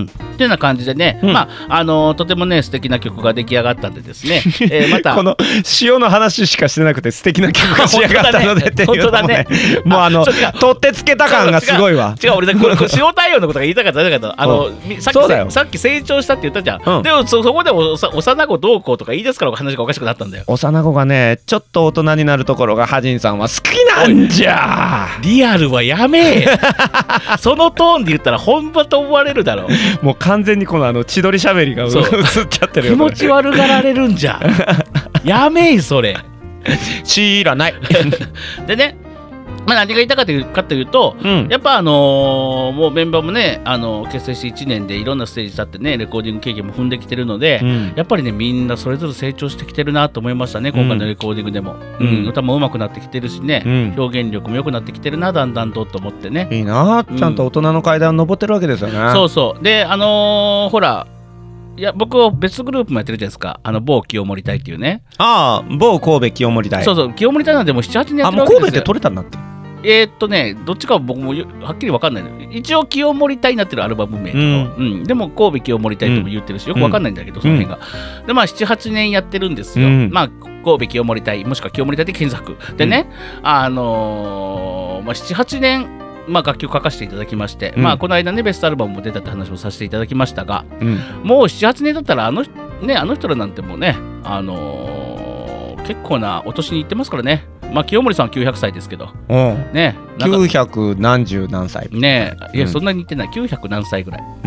っていうような感じでね、うん、まああのー、とてもね素敵な曲が出来上がったんでですね、えー、またこの塩の話しかしてなくて素敵な曲が仕上がったのでっていうのもね、本当だねもうあの取ってつけた感がすごいわ。 違う俺これ塩対応のことが言いたかっただけどあの、うん、さっきさっき成長したって言ったじゃん、うん、でも そ, そこでおさ幼子どうこうとか言い出すから話がおかしくなったんだよ。 幼子がねちょっと大人になるところがハジンさんは好きなんじゃ。 リアルはやめえそのトーンで言ったら本場と思われるだろもう完全にこのあの千鳥しゃべりが映っちゃってるよ。 気持ち悪がられるんじゃやめえそれ知らないでねまあ、何が言いたかというかというと、うん、やっぱあのー、もうメンバーもね、あのー、結成していちねんでいろんなステージ立ってねレコーディング経験も踏んできてるので、うん、やっぱりねみんなそれぞれ成長してきてるなと思いましたね、今回のレコーディングでも、うんうん、歌も上手くなってきてるしね、うん、表現力も良くなってきてるなだんだんとと思ってね。 いいなちゃんと大人の階段登ってるわけですよね、 うん、そうそうであのー、ほらいや僕は別グループもやってるじゃないですか、あの某清盛隊っていうね。 ああ某神戸清盛隊。 そうそう清盛隊なんでもうなな、はちねんやってるわけですよ。 あもう神戸って取れたんだって。 えー、っとねどっちかは僕もはっきり分かんないのよ。一応清盛隊になってるアルバム名と、うんうん、でも神戸清盛隊とも言ってるしよく分かんないんだけど、うん、その辺がでまあなな、はちねんやってるんですよ、うん、まあ神戸清盛隊もしくは清盛隊で検索でね、うん、あのー、まあなな、はちねんまあ、楽曲書かせていただきまして、うんまあ、この間ねベストアルバムも出たって話をさせていただきましたが、うん、もうなな、はちねんだったらあの、ね、あの人らなんてもうね、あのー、結構なお年にいってますからね。まあ清盛さんはきゅうひゃくさいですけど、うん、ねきゅうひゃく何十何歳ねいや、うん、そんなにいってないきゅうひゃく何歳ぐらい、うんうん、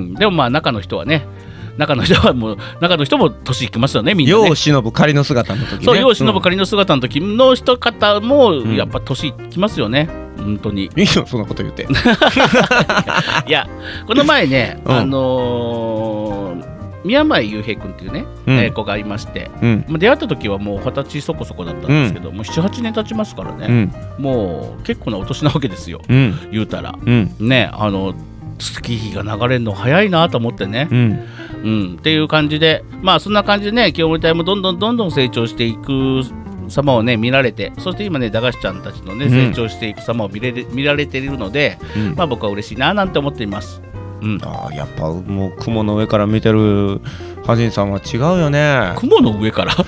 でもまあ中の人はね中の人はもう中の人も年いきますよねみんなね。 世を忍ぶ仮の姿の時ね。 そう世を忍ぶ仮の姿の時の人方もやっぱ年いきますよね、 本当にいいのそんなこと言っていやこの前ね、うん、あのー、宮前雄平君っていうね、うん、えー、子がいまして、うん、出会った時はもう二十歳そこそこだったんですけど、うん、もうななはちねん経ちますからね、うん、もう結構なお年なわけですよ、うん、言うたら、うん、ね、あの月日が流れるの早いなと思ってね、うんうん、っていう感じで、まあそんな感じでね、清盛隊もどんどんどんどん成長していく様をね見られて、そして今ね駄菓子ちゃんたちのね、うん、成長していく様を見れれ見られているので、うん、まあ僕は嬉しいななんて思っています。うん、 あ、やっぱもう雲の上から見てるハジンさんは違うよね。 雲の上からも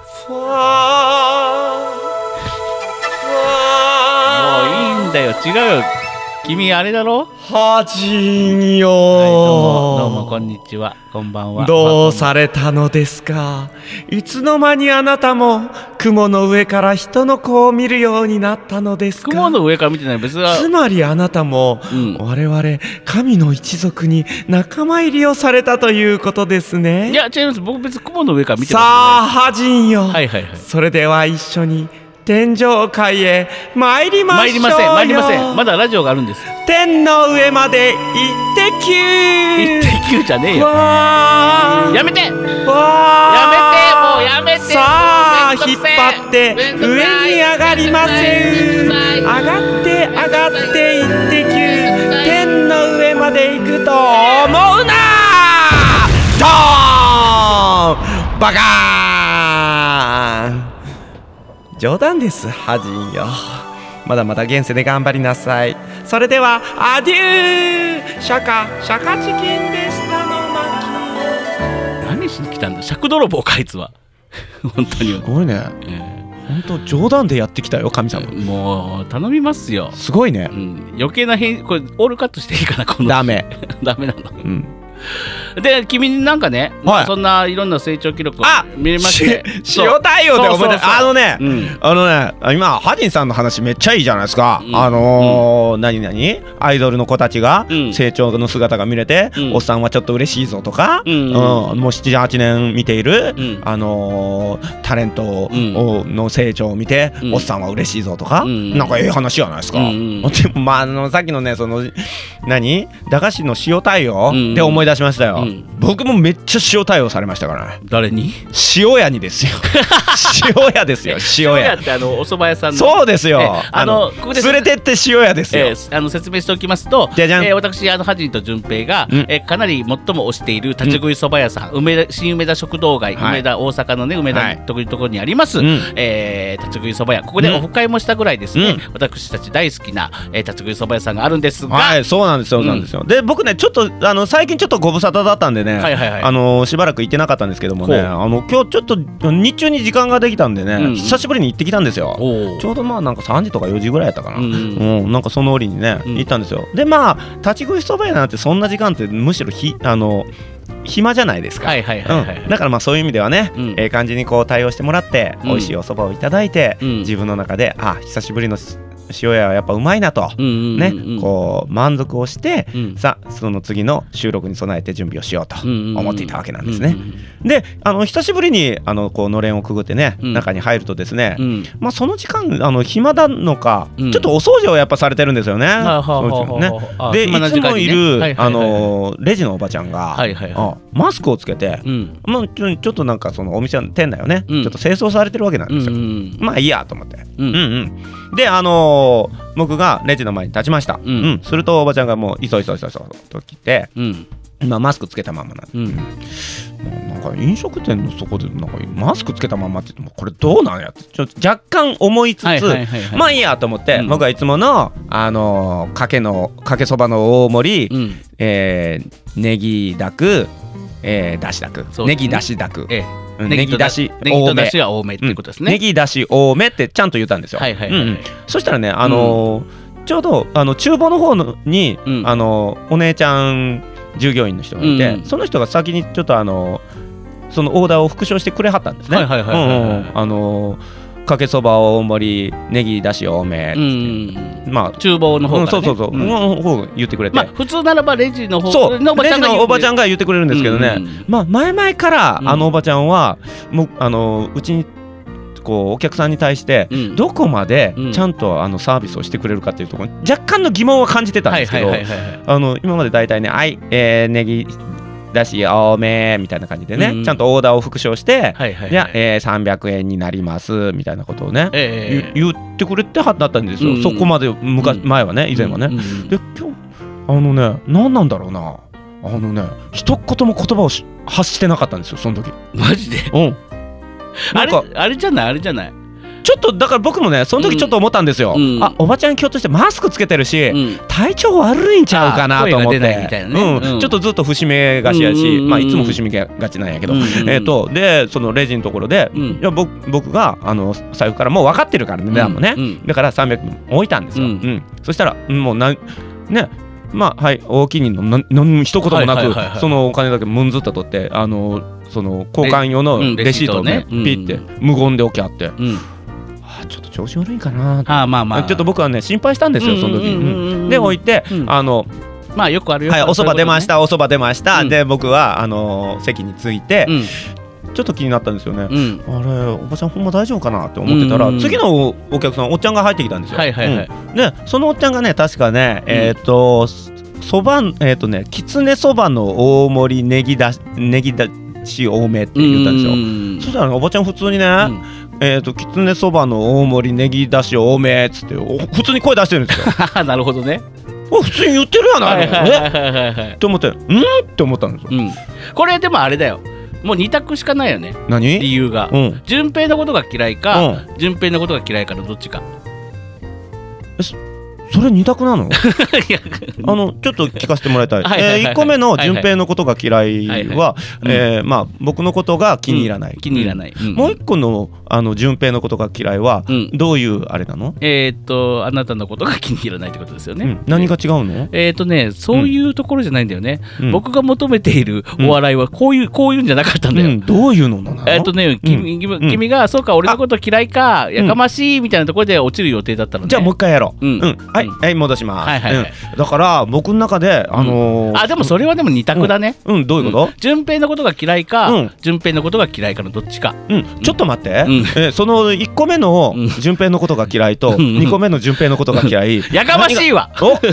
ういいんだよ、違うよ、君あれだろ、 ハジンよ、 はい、どうもどうもこんにちは、こんばんは。 どうされたのですか。いつの間にあなたも雲の上から人の子を見るようになったのですか。 雲の上から見てない、別は。 つまりあなたも、うん、我々神の一族に仲間入りをされたということですね。 いや違います、僕別に雲の上から見てない。 さあハジンよ、 はいはいはい、 それでは一緒に天上界へ参りましょうよ。参りません参りません、まだラジオがあるんです。 天の上まで行ってきゅー。 行ってきゅーじゃねえよ、やめてやめて、もうやめて。 さあ引っ張って上に上がりません。上がって上がって行ってきゅー。天の上まで行くと思うな。ドーンバカーン。冗談です、ハジンよ。まだまだ現世で頑張りなさい。それではアデュー。シャカシャカチキンでしたの巻。 何しに来たんだ、尺泥棒かいつは本当にすごいね、えー、本当冗談でやってきたよ神様。 もう頼みますよ、 すごいね、 うん、余計な変、これオールカットしていいかな、このダメダメなの、うん、で君なんかね、はい、そんないろんな成長記録を見れまして、 塩対応で覚えて、あのね、うん、あのね、今ハジンさんの話めっちゃいいじゃないですか、うん、あのーうん、何何アイドルの子たちが成長の姿が見れて、うん、おっさんはちょっと嬉しいぞとか、うんうん、もうななはちねん見ている、うん、あのー、タレントの成長を見て、うん、おっさんは嬉しいぞとか、うん、なんかええ話じゃないですか、うん、でもまあ、あのさっきのね、その何駄菓子の塩対応で思い出しましたよ、うん、僕もめっちゃ塩対応されましたからね。 誰に？ 塩屋にですよ塩屋ですよ、塩屋。 塩屋ってあのお蕎麦屋さんの。 そうですよ、あの連れてって塩屋ですよ、えー、あの説明しておきますと、じゃじゃん、えー、私あのハジンと順平が、うんえー、かなり最も推している立ち食い蕎麦屋さん、うん、梅田新梅田食堂街、はい、梅田大阪のね梅田というところにあります、はい、えー、立ち食い蕎麦屋、ここでオフ会もしたぐらいですね、うん、私たち大好きな、えー、立ち食い蕎麦屋さんがあるんですが、 はい、そうなんですよ、そうなんですよ、うん、で僕ねちょっとあの最近ちょっとご無沙汰だったんでね、はいはいはい、あのしばらく行ってなかったんですけどもね、あの今日ちょっと日中に時間ができたんでね、うん、久しぶりに行ってきたんですよ。ちょうどまあなんかさんじとかよじぐらいやったかな、うんうん、なんかその折にね、うん、行ったんですよ。でまあ立ち食いそば屋なんてそんな時間ってむしろひあの暇じゃないですか。だからまあそういう意味ではね、うん、ええ感じにこう対応してもらって、うん、美味しいおそばをいただいて、うん、自分の中であ久しぶりの塩屋はやっぱうまいなと、うんうんうんうん、ね、こう満足をして、うん、さあその次の収録に備えて準備をしようと思っていたわけなんですね、うんうんうんうん、であの久しぶりにあのこうのれんをくぐってね、うん、中に入るとですね、うん、まあ、その時間あの暇なのか、うん、ちょっとお掃除をやっぱされてるんですよね、うん、ねでいつもいる、ね、あのレジのおばちゃんが、はいはいはい、あマスクをつけて、うん、まあ、ちょ、ちょっとなんかそのお店の店内をね、うん、ちょっと清掃されてるわけなんですよ、うんうん、まあいいやと思って、うんうんうん、であのー僕がレジの前に立ちました、うんうん、するとおばちゃんがもういそいそいそいそと来て、うん、今マスクつけたままなんで、うん、なんか飲食店のそこでなんかマスクつけたままって言ってもこれどうなんやってちょっと若干思いつつ、はいはいはいはい、まあいいやと思って、うん、僕はいつものあのー、かけのかけそばの大盛り、うん、えー、ネギだく、えー、だしだく、ね、ネギだしだく、ええネギだし多め、は多めっていうことですね、 うん、ネギだし多めってちゃんと言ったんですよ、はいはいはいはい、うん、そしたらね、あのーうん、ちょうどあの厨房の方に、うん、あのー、お姉ちゃん従業員の人がいて、うん、その人が先にちょっとあのー、そのオーダーを復唱してくれはったんですね。あのーかけそば大盛りネギだし多め、うん、まあ厨房の方から、ね、 うん、そうそうそう、うん、の方言ってくれて、 まあ、普通ならばレジの方そうのおばちゃんがレジのおばちゃんが言ってくれるんですけどね、うん、まあ前々からあのおばちゃんは、うん、もうあのうちにこうお客さんに対してどこまでちゃんとあのサービスをしてくれるかっていうところに若干の疑問は感じてたんですけど、あの今まで大体ね、はい、えー、ネギだし多めみたいな感じでね、うん、ちゃんとオーダーを復唱して、はいはいはい、じゃあ、えー、さんびゃくえんになりますみたいなことをね、えー、言ってくれてはったんですよ、うん、そこまで昔、うん、前はね、以前はね、うんうん、で今日あのね、何なんだろうな、あのね、一言も言葉を発してなかったんですよ、その時。 マジで？ うん。 あれあれじゃないあれじゃない。 ちょっとだから僕もね、その時ちょっと思ったんですよ、うん、あ、おばちゃん今日としてマスクつけてるし、うん、体調悪いんちゃうかなと思って、ね、うん、ちょっとずっと伏し目がちやし、まあ、いつも伏し目がちなんやけど、うんうん、えー、とでそのレジのところで、うん、いや 僕, 僕があの財布からもう分かってるからね、値段もね、うんうん、だからさんびゃくえん置いたんですよ、うんうん、そしたらもうなね、まあはい大きにの何一言もなく、そのお金だけムンズっと取って、あのその交換用のレシートをね、ピッて無言で置きあって、うん、ちょっと調子悪いかな、あ、まあまあ、ちょっと僕はね心配したんですよ、その時、うん、で置いて、うん、あのまあよくあるよ、 はい、おそば出ました、ね、おそば出ました、うん、で僕はあの席に着いて、うん、ちょっと気になったんですよね、うん、あれおばちゃんほんま大丈夫かなって思ってたら、うんうん、次のお客さんおっちゃんが入ってきたんですよ、はいはいはい、うん、でそのおっちゃんがね確かね、うん、えっ、ー、とそばえっ、ー、とねきつねそばの大盛りネギだネギだし多めって言ったんですよ、うん、そしたら、ね、おばちゃん普通にね、うん、えーときつねそばの大盛りネギだし多めっつって普通に声出してるんですよなるほどね、 普通に言ってるやないのって思って、んって思ったんですよ、うん、 これでもあれだよ、もうに択しかないよね。 何？ 理由が、うん、順平のことが嫌いか、うん、順平のことが嫌いかのどっちか。 それに択なの？あのちょっと聞かせてもらいたい。はいはいはいはい、えー、いっこめの順平のことが嫌いは、えーまあ、僕のことが気に入らない、うん、 気に入らない、うん、 もういっこのあの順平のことが嫌いは、うん、どういうあれなの？ えー、っとあなたのことが気に入らないってことですよね、うん、 何が違うの？ えー、っとねそういうところじゃないんだよね、うん、僕が求めているお笑いはこういう、こういうんじゃなかったんだよ、うん、 どういうのなの？ えー、っとね、君、うん、君がそうか俺のこと嫌いかやかましいみたいなところで落ちる予定だったのね。 じゃあもう一回やろう、うんうん、はい、はい、戻します。はいはいはい、うん、だから僕の中で、あのーうん、あでもそれはでも二択だね、 うん、うん、どういうこと？ 順、うん、平のことが嫌いか、うん、順平のことが嫌いかのどっちか、 うん、ちょっと待って、うん、えそのいっこめの順平のことが嫌いと、うん、にこめの順平のことが嫌いやかましいわ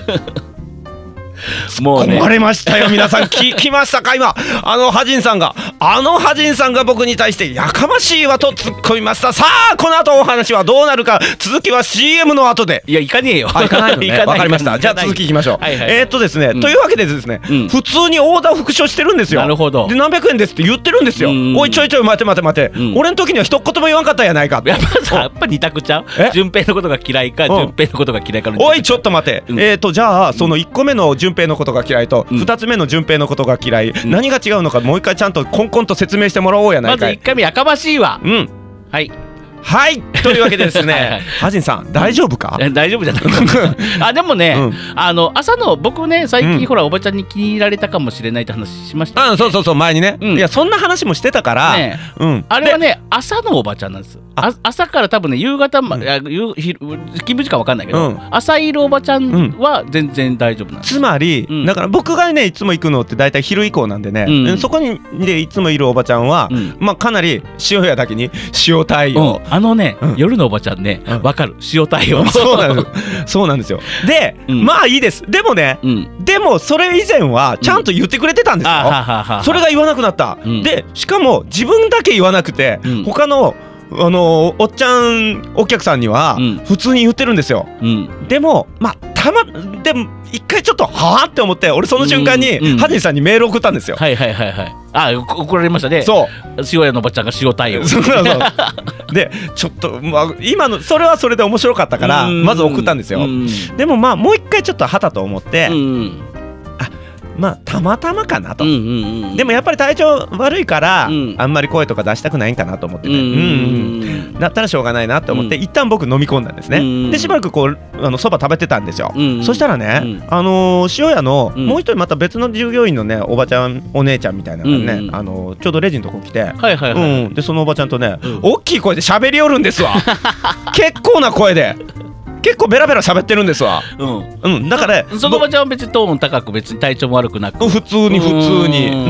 もうね、困りましたよ皆さん聞きましたか今あのハジンさんがあのハジンさんが僕に対してやかましいわと突っ込みました。さあこの後お話はどうなるか、続きは シーエム の後で。 いや行かねえよ。 行かないのね。わかりました。じゃあ続きいきましょう。はいはい、えー、っとですね、うん、というわけでですね、うん、普通にオーダー復唱してるんですよ。 なるほど。 で何百円ですって言ってるんですよ。おいちょいちょい待て待て待て、うん、俺の時には一言も言わんかったやないか。 やっぱさやっぱ二択ちゃう。順平のことが嫌いか順平のことが嫌いかの。 おいちょっと待て、うん、えー、っとじゃあそのいっこめの順平のことが嫌いとふたつめの順平のことが嫌い、うん、何が違うのかもう一回ちゃんとコンコンと説明してもらおうやないかい。 まずいっかいめやかましいわ。 うん、 はいはいというわけでですねはい、はい、ハジンさん大丈夫か？ 大丈夫じゃないあでもね、うん、あの朝の僕ね最近、うん、ほらおばちゃんに気に入られたかもしれないって話しました、ね、 あそうそうそう前にね、うん、いやそんな話もしてたから、ね、 うん、あれはね朝のおばちゃんなんです。あ朝から多分ね夕方まで、うん、勤務時間わかんないけど、うん、朝いるおばちゃんは全然大丈夫なんです。 つまり、うん、だから僕がねいつも行くのって大体昼以降なんでね、うん、そこにでいつもいるおばちゃんは、うん、まあかなり塩屋だけに塩対応、 うん、あのね、うん、夜のおばちゃんねわ、うん、かる塩対応そうなんですそうなんですよ。で、うん、まあいいです。でもね、うん、でもそれ以前はちゃんと言ってくれてたんですよ、うん、それが言わなくなった、うん、でしかも自分だけ言わなくて、うん、他のあのー、おっちゃんお客さんには普通に言ってるんですよ、うん、でもまあたまでも一回ちょっとはぁって思って俺その瞬間に、うんうん、ハジンさんにメール送ったんですよ。 はいはいはいはいあ怒られましたね。 そう塩屋のおばちゃんが塩対応そうそうそうでちょっと、まあ、今のそれはそれで面白かったからまず送ったんですよ。でもまあもう一回ちょっとはたと思って、うんまあたまたまかなと、うんうんうん、でもやっぱり体調悪いから、うん、あんまり声とか出したくないんかなと思ってね、うんうんうん、だったらしょうがないなと思って、うん、一旦僕飲み込んだんですね、うん、でしばらくこうあのそば食べてたんですよ、うん、そしたらね、うん、あのー、塩屋のもう一人また別の従業員のねおばちゃんお姉ちゃんみたいなのがね、うんうん、あのー、ちょうどレジのとこ来て、はいはいはい、うん、でそのおばちゃんとね、うん、大きい声で喋りよるんですわ結構な声で結構ベラベラ喋ってるんですわ。うん、うん、だからそのおばちゃんは別にトーン高く別に体調も悪くなく普通に普通に、うん、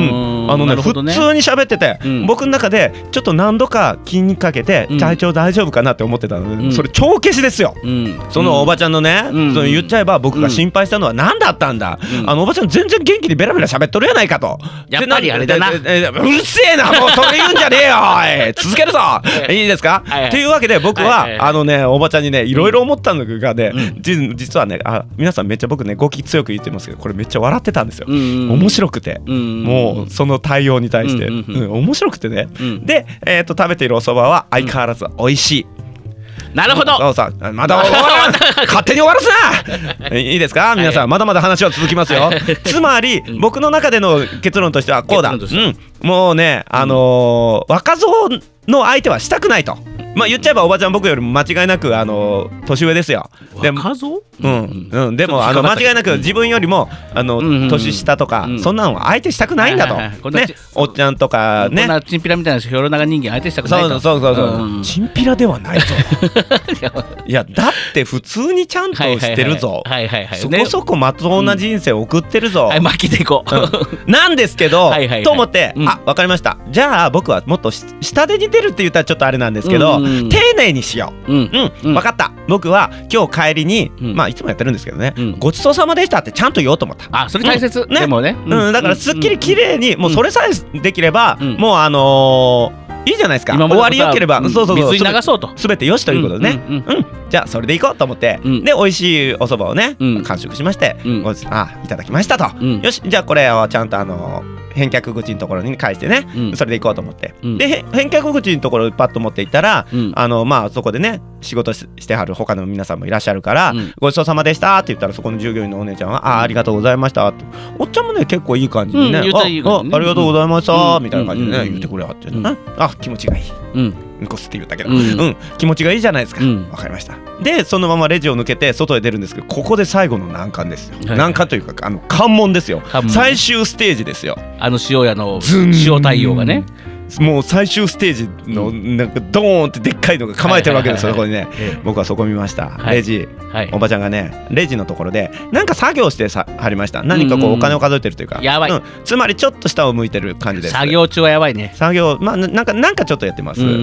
あのね、普通に喋ってて、うん、僕の中でちょっと何度か気にかけて、うん、体調大丈夫かなって思ってたので、うん、それ帳消しですよ、うん、そのおばちゃんのね、うん、その言っちゃえば僕が心配したのは何だったんだ、うん、あのおばちゃん全然元気にベラベラ喋っとるやないかと。 やっぱりあれだな、うるせえな、もうそれ言うんじゃねえよおい続けるぞいいですかというわけで僕はあのねおばちゃんにねいろいろ思ったのがね、うん、実はねあ皆さんめっちゃ僕ね語気強く言ってますけどこれめっちゃ笑ってたんですよ、うんうん、面白くて、うんうん、もうその対応に対して、うんうんうん、面白くてね、うん、で、えー、と食べているお蕎麦は相変わらず美味しい、 うん、なるほど。 そうさまだ勝手に終わらすないいですか皆さん、はい、まだまだ話は続きますよつまり、うん、僕の中での結論としてはこうだ、うん、もうねあのー、若造の相手はしたくないと。まあ言っちゃえばおばちゃん僕よりも間違いなくあの年上ですよ。 でも若造？ うんうん。でもあの間違いなく自分よりもあの年下とかそんなの相手したくないんだと。ね、おっちゃんとかね。 こんなチンピラみたいなヒョロ長人間相手したくないと。 そうそうそうそう。チンピラではないぞ。いやだって普通にちゃんとしてるぞ。そこそこまともな人生を送ってるぞ。 はい巻きでいこう。なんですけどと思ってあわかりました。じゃあ僕はもっと下で似てるって言ったらちょっとあれなんですけど。丁寧にしよう。うん、うん、分かった。僕は今日帰りに、うん、まあいつもやってるんですけどね、うん、ごちそうさまでしたってちゃんと言おうと思った。 あ、それ大切。うん、ね、でもね、 うん、だからすっきり綺麗に、もうそれさえできれば、うん、もうあのー、いいじゃないですか。終わりよければ、うん、そうそうそう、 水に流そうと。 すべてよしということでね。うん、うんうん、じゃあそれでいこうと思って、うん、で美味しいお蕎麦をね、うん、完食しまして、うん、あいただきましたと。うん、よし、じゃあこれをちゃんとあのー。返却口のところに返してね、うん、それで行こうと思って、うん、で返却口のところにパッと持っていったら、うん、あのまあそこでね仕事 し, してはる他の皆さんもいらっしゃるから、うん、ごちそうさまでしたって言ったらそこの従業員のお姉ちゃんは、うん、あ, ありがとうございましたって、おっちゃんもね結構いい感じにね、うん、あ, いいねあ, ありがとうございました、うん、みたいな感じでね、うん、言ってくれはって、うん、あ気持ちがいい、うんうんこすって言ったけど、うんうん、気持ちがいいじゃないですか、うん、わかりました。でそのままレジを抜けて外へ出るんですけど、ここで最後の難関ですよ、はいはい、難関というかあの関門ですよ。最終ステージですよ。 あの塩屋の塩対応がね、 もう最終ステージのなんかドーンってでっかいのが構えてるわけですよ、そこにね。僕はそこ見ました、はい、レジ、はい、おばちゃんがねレジのところでなんか作業してさはりました。何かこうお金を数えてるというか、 やばい、うん、 つまりちょっと下を向いてる感じです。 作業中はやばいね。 作業まあなんかなんかちょっとやってます。うん、うん、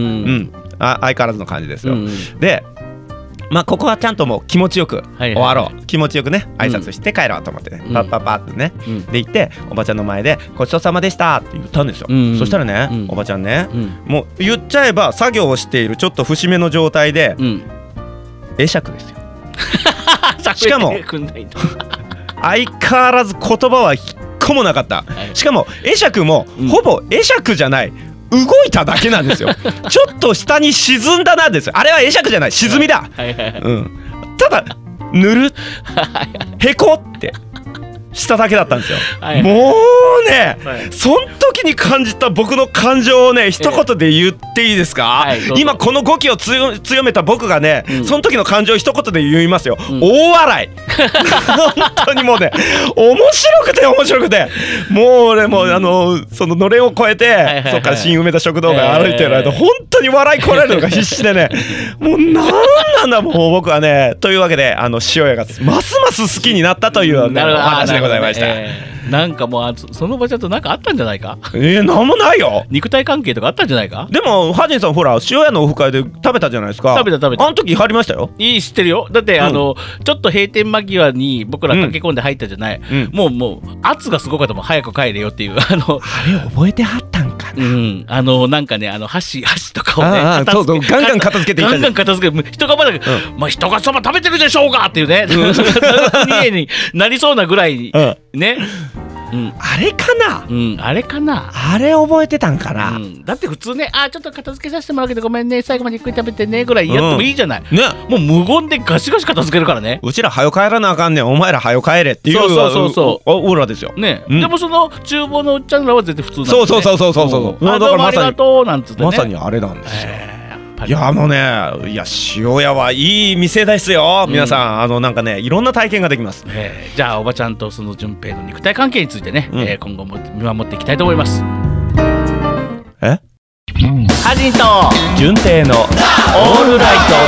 あ相変わらずの感じですよ、うんうん、でまあここはちゃんともう気持ちよく終わろう、はいはいはい、気持ちよくね挨拶して帰ろうと思ってね、うん、パッパッパッってね、うん、で行っておばちゃんの前でごちそうさまでしたって言ったんですよ、うんうん、そしたらね、うん、おばちゃんね、うん、もう言っちゃえば作業をしているちょっと節目の状態で、うん、会釈ですよしかも相変わらず言葉は一個もなかった、はい、しかも会釈もほぼ会釈じゃない、動いただけなんですよちょっと下に沈んだなんですよ。あれは会釈じゃない、沈みだ、はいはいはいうん、ただぬるへこってしただけだったんですよ、はい、もうね、はい、その時に感じた僕の感情をね一言で言っていいですか、はい、今この語気を強めた僕がね、うん、その時の感情を一言で言いますよ、うん、大笑い本当にもうね面白くて面白くてもう俺もうあのそののれんを越えて、はいはいはい、そっから新梅田食堂街歩いてる間、えー、本当に笑いこられるのが必死でねもうなんなんだもう僕はねというわけであの塩屋がますます好きになったという、ね、お話でございました。 えー、なんかもうその場所となんかあったんじゃないか。 えー、なんもないよ。 肉体関係とかあったんじゃないか。 でもハジンさんほら塩屋のオフ会で食べたじゃないですか。 食べた食べた。 あの時入りましたよ。 いい知ってるよ。だって、うん、あのちょっと閉店間際に僕ら駆け込んで入ったじゃない、うん、もうもう圧がすごかったもん。早く帰れよっていうあのあれ覚えてはったんかな、 うん、あのなんかねあの箸箸とかをねああそうそうガンガン片付けていったガンガン片付け人がまだ、うん、まあ、人がそば食べてるでしょうかっていうね家になりそうなぐらい、うん、ね、うん、あれかな、うん、あれかなあれ覚えてたんかな、 うん、だって普通ねあちょっと片付けさせてもらうけどごめんね最後までゆっくり食べてねぐらいやってもいいじゃない、うん、ね、もう無言でガシガシ片付けるからね。 うちらはよ帰らなあかんねんお前らはよ帰れっていうそうそうそうそうオーラですよね、うん、でもその厨房のおっちゃんらは絶対普通なんですね。 そうそうそうそうそうそう、 あどうもありがとうなんつってねまさにあれなんですよ、えーいやもうねいや塩屋はいい店ですよ、うん、皆さんあのなんかねいろんな体験ができます、 えー、じゃあおばちゃんとその順平の肉体関係についてね、うん、えー、今後も見守っていきたいと思います。 えハジンと順平のオールライト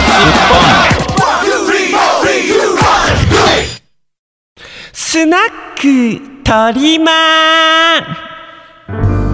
スッポンスナックトリマー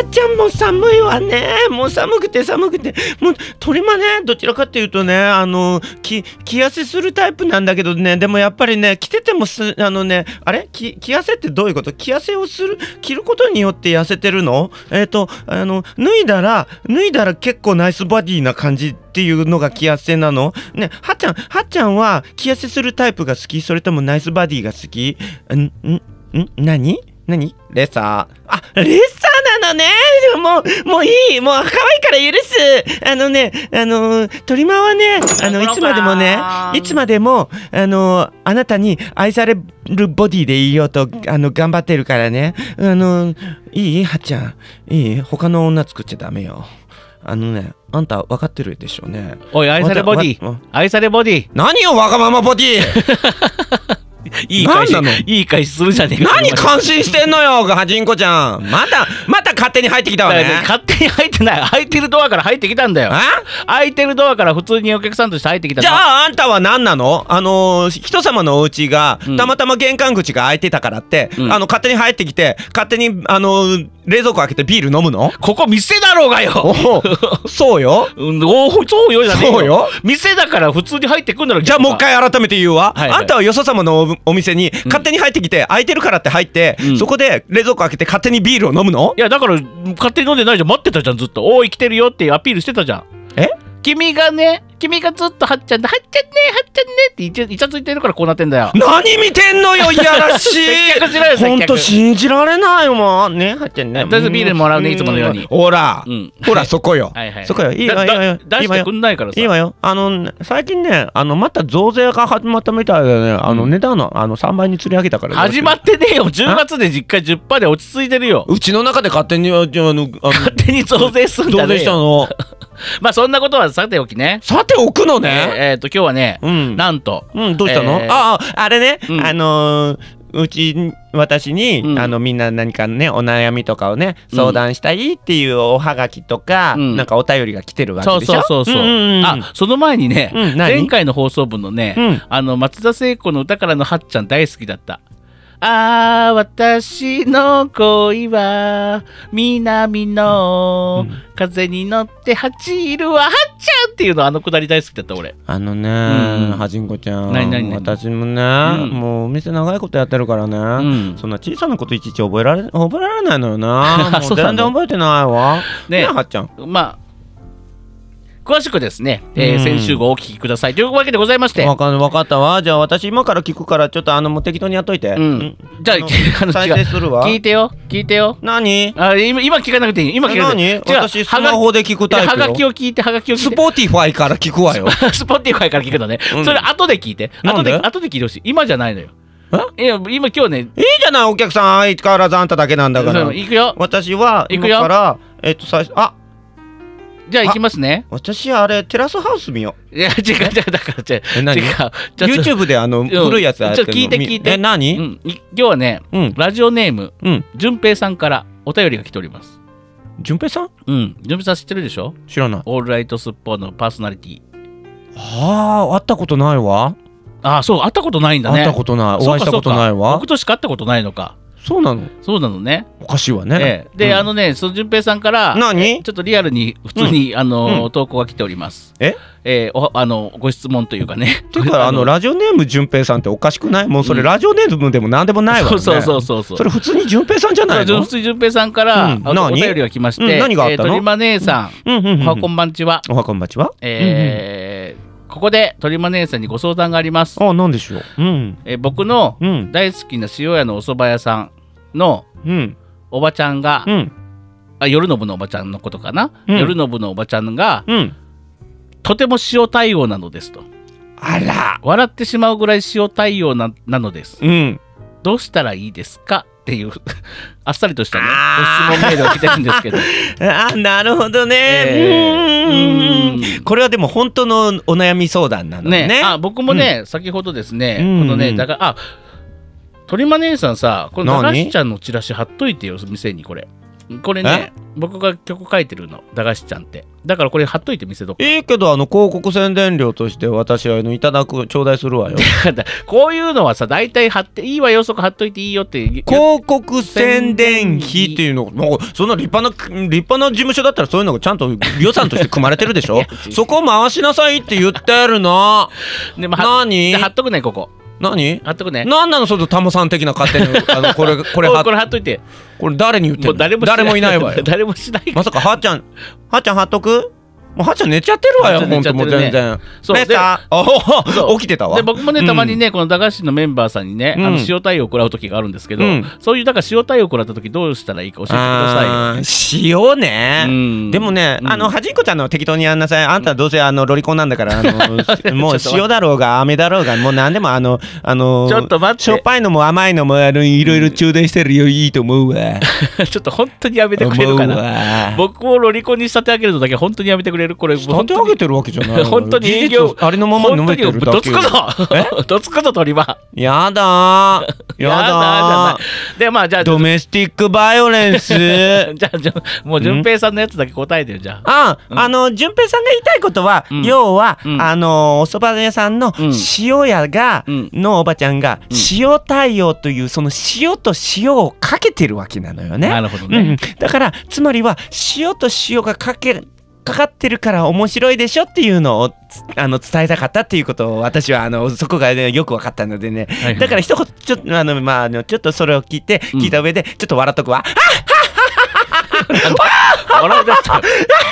はっちゃんも寒いわね。もう寒くて寒くて、もう鳥間ね、どちらかっていうとね、あのき着痩せするタイプなんだけどね、でもやっぱりね、着ててもすあのね、あれき着痩せってどういうこと？着痩せをする着ることによって痩せてるの？えっとあの脱いだら脱いだら結構ナイスバディな感じっていうのが着痩せなの？ね、はっちゃんはっちゃんは着痩せするタイプが好き？それともナイスバディが好き？んんん何？何？レッサー。あ、レッサーなのね。もう、もういい。もう可愛いから許す。あのね、あの、鳥間はね、あの、いつまでもね、いつまでも、あの、あなたに愛されるボディでいようと、あの、頑張ってるからね。あの、いい？はっちゃん。いい？他の女作っちゃダメよ。あのね、あんた分かってるでしょうね。 おい、愛されボディ。愛されボディ。 何よ、わがままボディ。 いい返し、いい返しするじゃねえか。何感心してんのよ、ガジンコちゃん。また、また勝手に入ってきたわね。 勝手に入ってない。開いてるドアから入ってきたんだよ。開いてるドアから普通にお客さんとして入ってきた。 じゃあ、あんたは何なの？あのー、人様のお家が、たまたま玄関口が開いてたからって、うん、あの、勝手に入ってきて、勝手に、あのー、冷蔵庫開けてビール飲むの？ ここ店だろうがよ。 そうよ。 うん、おそうよじゃねえよ。 そうよ。 店だから普通に入ってくんだろ。 じゃあもう一回改めて言うわ。はいはい、あんたはよそ様のお店に勝手に入ってきて、空いてるからって入って、うん、そこで冷蔵庫開けて勝手にビールを飲むの？ いやだから勝手に飲んでないじゃん。待ってたじゃんずっと。おーい来てるよっていうアピールしてたじゃん。 え？ 君がね、君がずっとはっちゃんではっちゃんねはっちゃんねってイチャついてるからこうなってんだよ。 何見てんのよいやらしい。ほんと信じられないよもうねはっちゃんね。 とりあえずビールもらうねいつものように。 ほら、うん、ほらそこよ。はいはい、そこよ。いいわいいわよ。 出してくんないからさ。 いいわよ。あの最近ねあのまた増税が始まったみたいでね、あの値段のあのさんばいに釣り上げたから。 始まってねえよ。じゅうがつで実家 じゅっパーセント で落ち着いてるよ。 うちの中で勝手にあの勝手に増税すんだね。 増税したの。 まあそんなことはさておきね。 さておくのね。 えー、っと今日はね、うん、なんと、 うん、どうしたの？えー、あああれね、うん、あのー、うち私に、うん、あのみんな何かねお悩みとかをね相談したいっていうおはがきとか、うん、なんかお便りが来てるわけでしょ。 そうそうそうそう、うんうんうん、あその前にね、うん、前回の放送分のね、うん、あの松田聖子の歌からのはっちゃん大好きだった。ああ私の恋は南の風に乗って走るははっちゃんっていうのあのくだり大好きだった俺。 あのね、うん、はじんこちゃん何何何私もね、うん、もうお店長いことやってるからね、うん、そんな小さなこといちいち覚えられ覚えられないのよな。もう全然覚えてないわねえはっちゃん。 まあ詳しくですね、えー、先週号お聞きくださいというわけでございまして。 分か, 分かったわ。じゃあ私今から聞くからちょっとあのもう適当にやっといて、うん、 じゃああの再生するわ。聞いてよ聞いてよ。 何？ あ 今, 今聞かなくていい。今聞かなくていい。 何？私スマホで聞くタイプよ。 はがきを聞いてはがきを聞いて。 スポティファイから聞くわよ。 スポティファイから聞くのね、うん、それ後で聞いて。後で後で聞いてほしい。今じゃないのよ。えいや今今日ねいいじゃないお客さん相変わらずあんただけなんだから。 行くよ。 私は今からえっと最初あじゃあ行きますね。 私あれテラスハウス見よう。いや違う違うだから違う違う。 YouTube であの古いやつやってるの。 ちょっと聞いて聞いて。 え何？ うん、今日はね、うん、ラジオネーム順平さんからお便りが来ております。 順平さん？ うん。順平さん知ってるでしょ？ 知らない。 オールライトスッポーのパーソナリティ。 ああ会ったことないわ。 ああそう会ったことないんだね。 会ったことない。お会いしたことないわ。 僕としか会ったことないのか。 そうなのそうなのね。 おかしいわね。 ええ、で、うん、あのねその順平さんから何ちょっとリアルに普通に、うん、あの、うん、投稿が来ております。 ええー、おあのご質問というかね。 っていうかあのラジオネーム順平さんっておかしくない？もうそれラジオネームでも何でもないわね。 そうそうそうそう。 それ普通に順平さんじゃないの？ 普通に順平さんから、うん、お便りが来まして、 うん、何があったの？ えー、鳥間姉さん、うんうんうんうん、おはこんばんちは。 おはこんばんちは。 えーうんうんここで鳥間姉さんにご相談があります。 あ、なんでしょう。うん、 え僕の大好きな塩屋のお蕎麦屋さんのおばちゃんが、うん、あ夜の部のおばちゃんのことかな、うん、夜の部のおばちゃんが、うん、とても塩対応なのですと。 あら笑ってしまうぐらい塩対応 な, なのです、うん、どうしたらいいですかっていうあっさりとしたねご質問メールが来てるんですけどあなるほどね、えー、うんこれはでも本当のお悩み相談なの ね, ねあ僕もね、うん、先ほどですね、うん、このねだからあ鳥間姉さんさこの駄菓子ちゃんのチラシ貼っといてよ店にこれこれね僕が曲書いてるの駄菓子ちゃんってだからこれ貼っといて見せとく。 いいけどあの広告宣伝料として私はあのいただく頂戴するわよこういうのはさ大体貼っていいわよそこ貼っといていいよって広告宣伝費っていうのもうそんな立派な立派な事務所だったらそういうのがちゃんと予算として組まれてるでしょそこを回しなさいって言ってるのでも何貼っとくねここ何貼っとくね何なのそのタモさん的な勝手にあのこれこれ貼っこれ貼っといてこれ誰に言ってんの？ もう誰も誰もいないわよ誰もしないまさかはっちゃんはっちゃん貼っとく？もうはっちゃん寝ちゃってるわよほんともう全然そうでさ起きてたわで僕もねたまにね、うん、この駄菓子のメンバーさんにね、うん、あの塩対応を食らう時があるんですけど、うん、そういうだから塩対応を食らった時どうしたらいいか教えてくださいよ。塩ね、うん、でもね、うん、あのはじんこちゃんの適当にやんなさい。あんたどうせあのロリコンなんだからあのもう塩だろうが飴だろうがもう何でもあのあのちょっと待ってしょっぱいのも甘いのもあのいろいろ中伝してるよいいと思うわちょっと本当にやめてくれるかな。僕をロリコンに仕立て上げるのだけ本当にやめてくれる。これ本当に上げてるわけじゃない本当に営業ありのまま飲めてるだけ。 どつくぞどつくぞ鳥羽やだやだでまあじゃあドメスティックバイオレンスじゃあじゃあもう順平さんのやつだけ答えてるじゃん。 あ、うん、あの順平さんが言いたいことは、うん、要は、うん、あのお蕎麦屋さんの塩屋が、うん、のおばちゃんが、うん、塩対応というその塩と塩をかけてるわけなのよね。 なるほどね、 うん、だからつまりは塩と塩がかけるかかってるから面白いでしょっていうのをあの伝えたかったっていうことを私はあのそこが、ね、よく分かったのでね、はいはい、だから一言ちょっとあの、まあ、あのちょっとそれを聞いて、うん、聞いた上でちょっと笑っとくわ。 笑い出した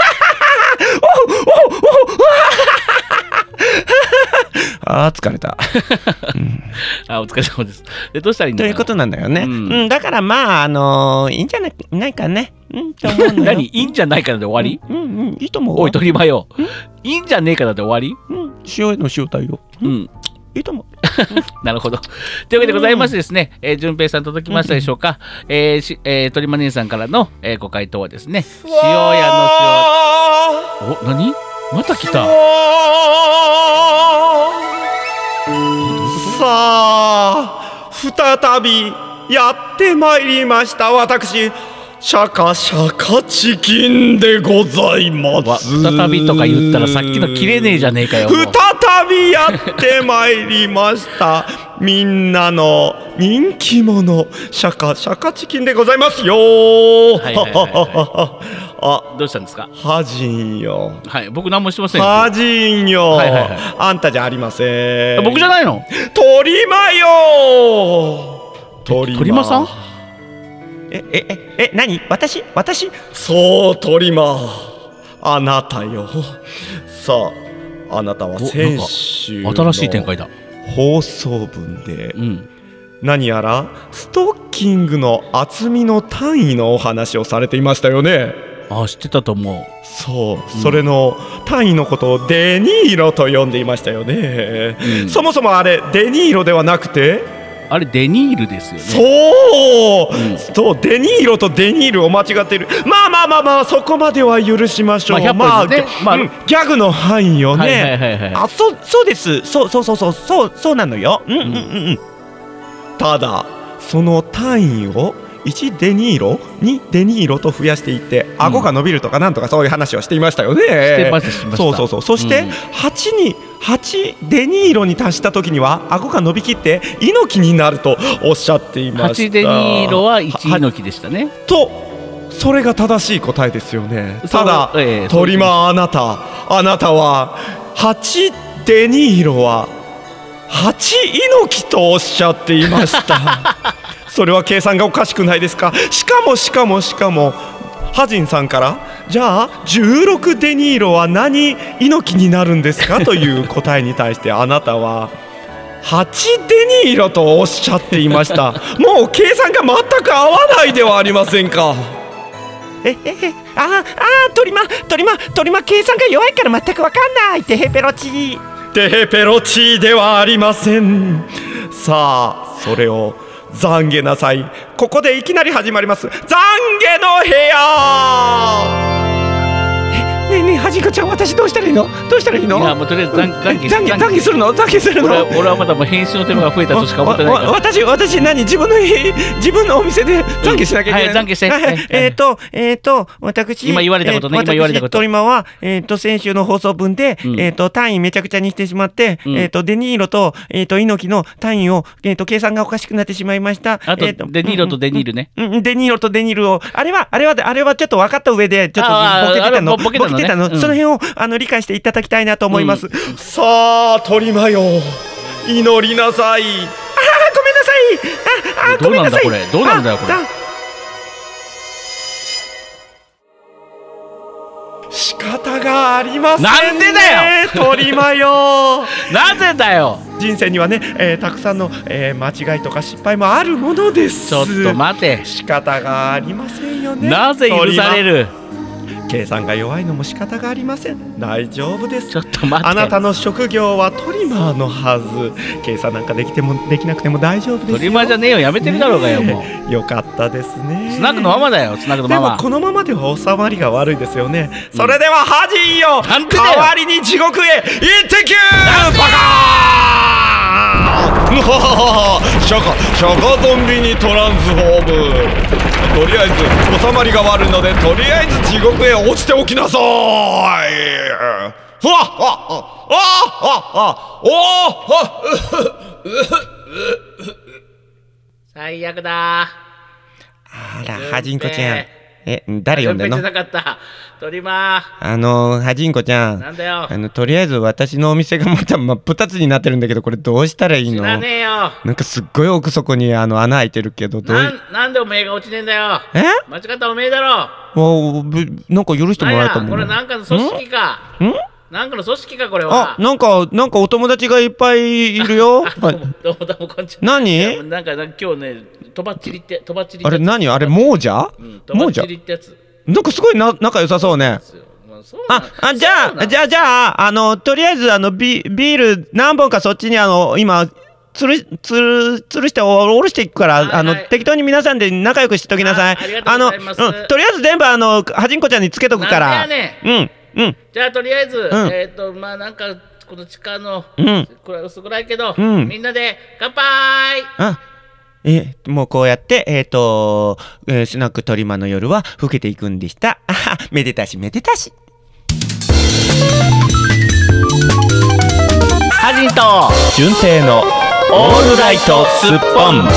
あー疲れた、 うん、あお疲れ様です。でどうしたらいいんだということなんだよね、うんうん、だからまああのー、いいんじゃないないかね、うん、と思うのよ何いいんじゃないかなで終わり、 うんうんうん、いいと思う。 おい鳥羽よいいんじゃねえかなで終わり、 うん、塩の塩対応、うん、いいと思うなるほど。というわけでございましてですね、えー、順平さん届きましたでしょうか。うんえーしえー、鳥羽姉さんからの、えー、ご回答はですね塩屋の塩お何また来た。 さあ再びやってまいりました私シャカシャカチキンでございます。 再びとか言ったらさっきの切れねえじゃねえかよ。 再びやってまいりましたみんなの人気者シャカシャカチキンでございますよ。はいはいはいはいあどうしたんですか。 はじんよ。 はい僕何もしてませんよ。 はじんよ、 はいはいはい、 あんたじゃありません。 僕じゃないの。 鳥間よ。 鳥間鳥間さんええええ何私私そう鳥間あなたよ。さああなたは先週の新しい展開だ放送分で、 うん、 何やらストッキングの厚みの単位のお話をされていましたよね。 あ知ってたと思う。 そう、うん、それの単位のことをデニーロと呼んでいましたよね、うん、そもそもあれデニーロではなくてあれデニールですよね。 そう、うん、そうデニーロとデニールを間違っている。まあまあまあまあそこまでは許しましょう。まあ、 まあねまあうん、ギャグの範囲よね。 はいはいはいはい、 あそうそうですそうそうそうそうそうそうなのよ。うんうんうんうん。ただその単位をいちデニーロにデニーロと増やしていって顎が伸びるとかなんとかそういう話をしていましたよね。 してますしました。 そうそうそう。そして、うん、はちにはちデニーロに達した時には顎が伸びきって猪木になるとおっしゃっていました。はちデニーロはいち猪木でしたね。 とそれが正しい答えですよね。ただ、えー、鳥間あなたあなたははちデニーロははち猪木とおっしゃっていましたそれは計算がおかしくないですか。しかもしかもしかもハジンさんからじゃあじゅうろくデニーロは何猪木になるんですかという答えに対してあなたははちデニーロとおっしゃっていましたもう計算が全く合わないではありませんか。えええああ鳥間鳥間鳥間計算が弱いから全く分かんないテヘペロチーテヘペロチーではありません。さあそれを懺悔なさい。ここでいきなり始まります懺悔の部屋。ねえねえははじこちゃん、私どうしたらいいの？どうしたらいいの？ いや、もうとりあえず残残残残機するの？残機するの？ 俺は俺はまだもう編集の手間が増えたとしか思ってないから。 私私何自分の自分のお店で残機しなきゃいけない。 はい、残機して。 えっとえっと私今言われたことね。今言われたこと。 トリマはえっと先週の放送分でえっと単位めちゃくちゃにしてしまってえっとデニーロとえっと猪木の単位をえっと計算がおかしくなってしまいました。 あとデニーロとデニールね。 うん、デニーロとデニールをあれはあれはあれはちょっと分かった上でちょっとボケてたのボケてたの、その辺をあの理解していただきたいなと思います。さあトリマよ、祈りなさい。ああごめんなさい。ああごめんなさい。 どうなんだこれ、どうなんだよこれ。 仕方がありませんね。 なんでだよトリマよ。 なぜだよ。 人生にはね、えー、たくさんの、えー、間違いとか失敗もあるものです。 ちょっと待て。 仕方がありませんよね。 なぜ許される？ 計算が弱いのも仕方がありません。大丈夫です。 ちょっと待って。 あなたの職業はトリマーのはず。計算なんかできてもできなくても大丈夫ですよ。 トリマーじゃねえよ、やめてるだろうがよ、もう。よかったですね。 スナックのママだよ、スナックのママ。 でもこのままでは収まりが悪いですよね。それではハジーよ、代わりに地獄へ行ってきゅー。バカーンシャカシャカゾンビにトランスフォーム。とりあえず収まりが悪いので、とりあえず地獄へ落ちておきなさーい。ふわっああああおお最悪だ。 あら、はじんこちゃん。え、誰呼んでんの？ なかった。トリマー。あの、はじんこちゃん。 なんだよ。 あの、とりあえず私のお店がまた真っ二つになってるんだけど、これどうしたらいいの？ 知らねえよ。 なんかすっごい奥底にあの穴開いてるけど、どうな、なんでおめえが落ちねえんだよ。 え？ 間違ったおめえだろ。 もう、なんか許してもらえたもん。 これなんかの組織か。ん？なんかの組織かこれは。 あ、なんかなんかお友達がいっぱいいるよ。 どうもどうもどうもこんにちは。 何？ なんか今日ね、とばっちりってとばっちり。 あれ何？あれ亡者？ とばっちりってやつ。 なんかすごいな仲良さそうね。あ、あ、じゃあじゃあじゃああのとりあえずあのビビール何本かそっちにあの今つるつるつるしておろしていくから、はいはい、あの適当に皆さんで仲良くしときなさい。 あ, あの、うん、 とりあえず全部あのはじんこちゃんにつけとくから。 なんでやねん。うんうん。 じゃあとりあえず、うん、えっ、ー、とまあなんかこの地下の、うん、これ薄暗いけど、うん、みんなで乾杯。 あ。えもうこうやってえっ、ー、と、えー、スナックトリマの夜は更けていくんでした。あはめでたしめでたし。 ハジンと純正のオールライトスッポン。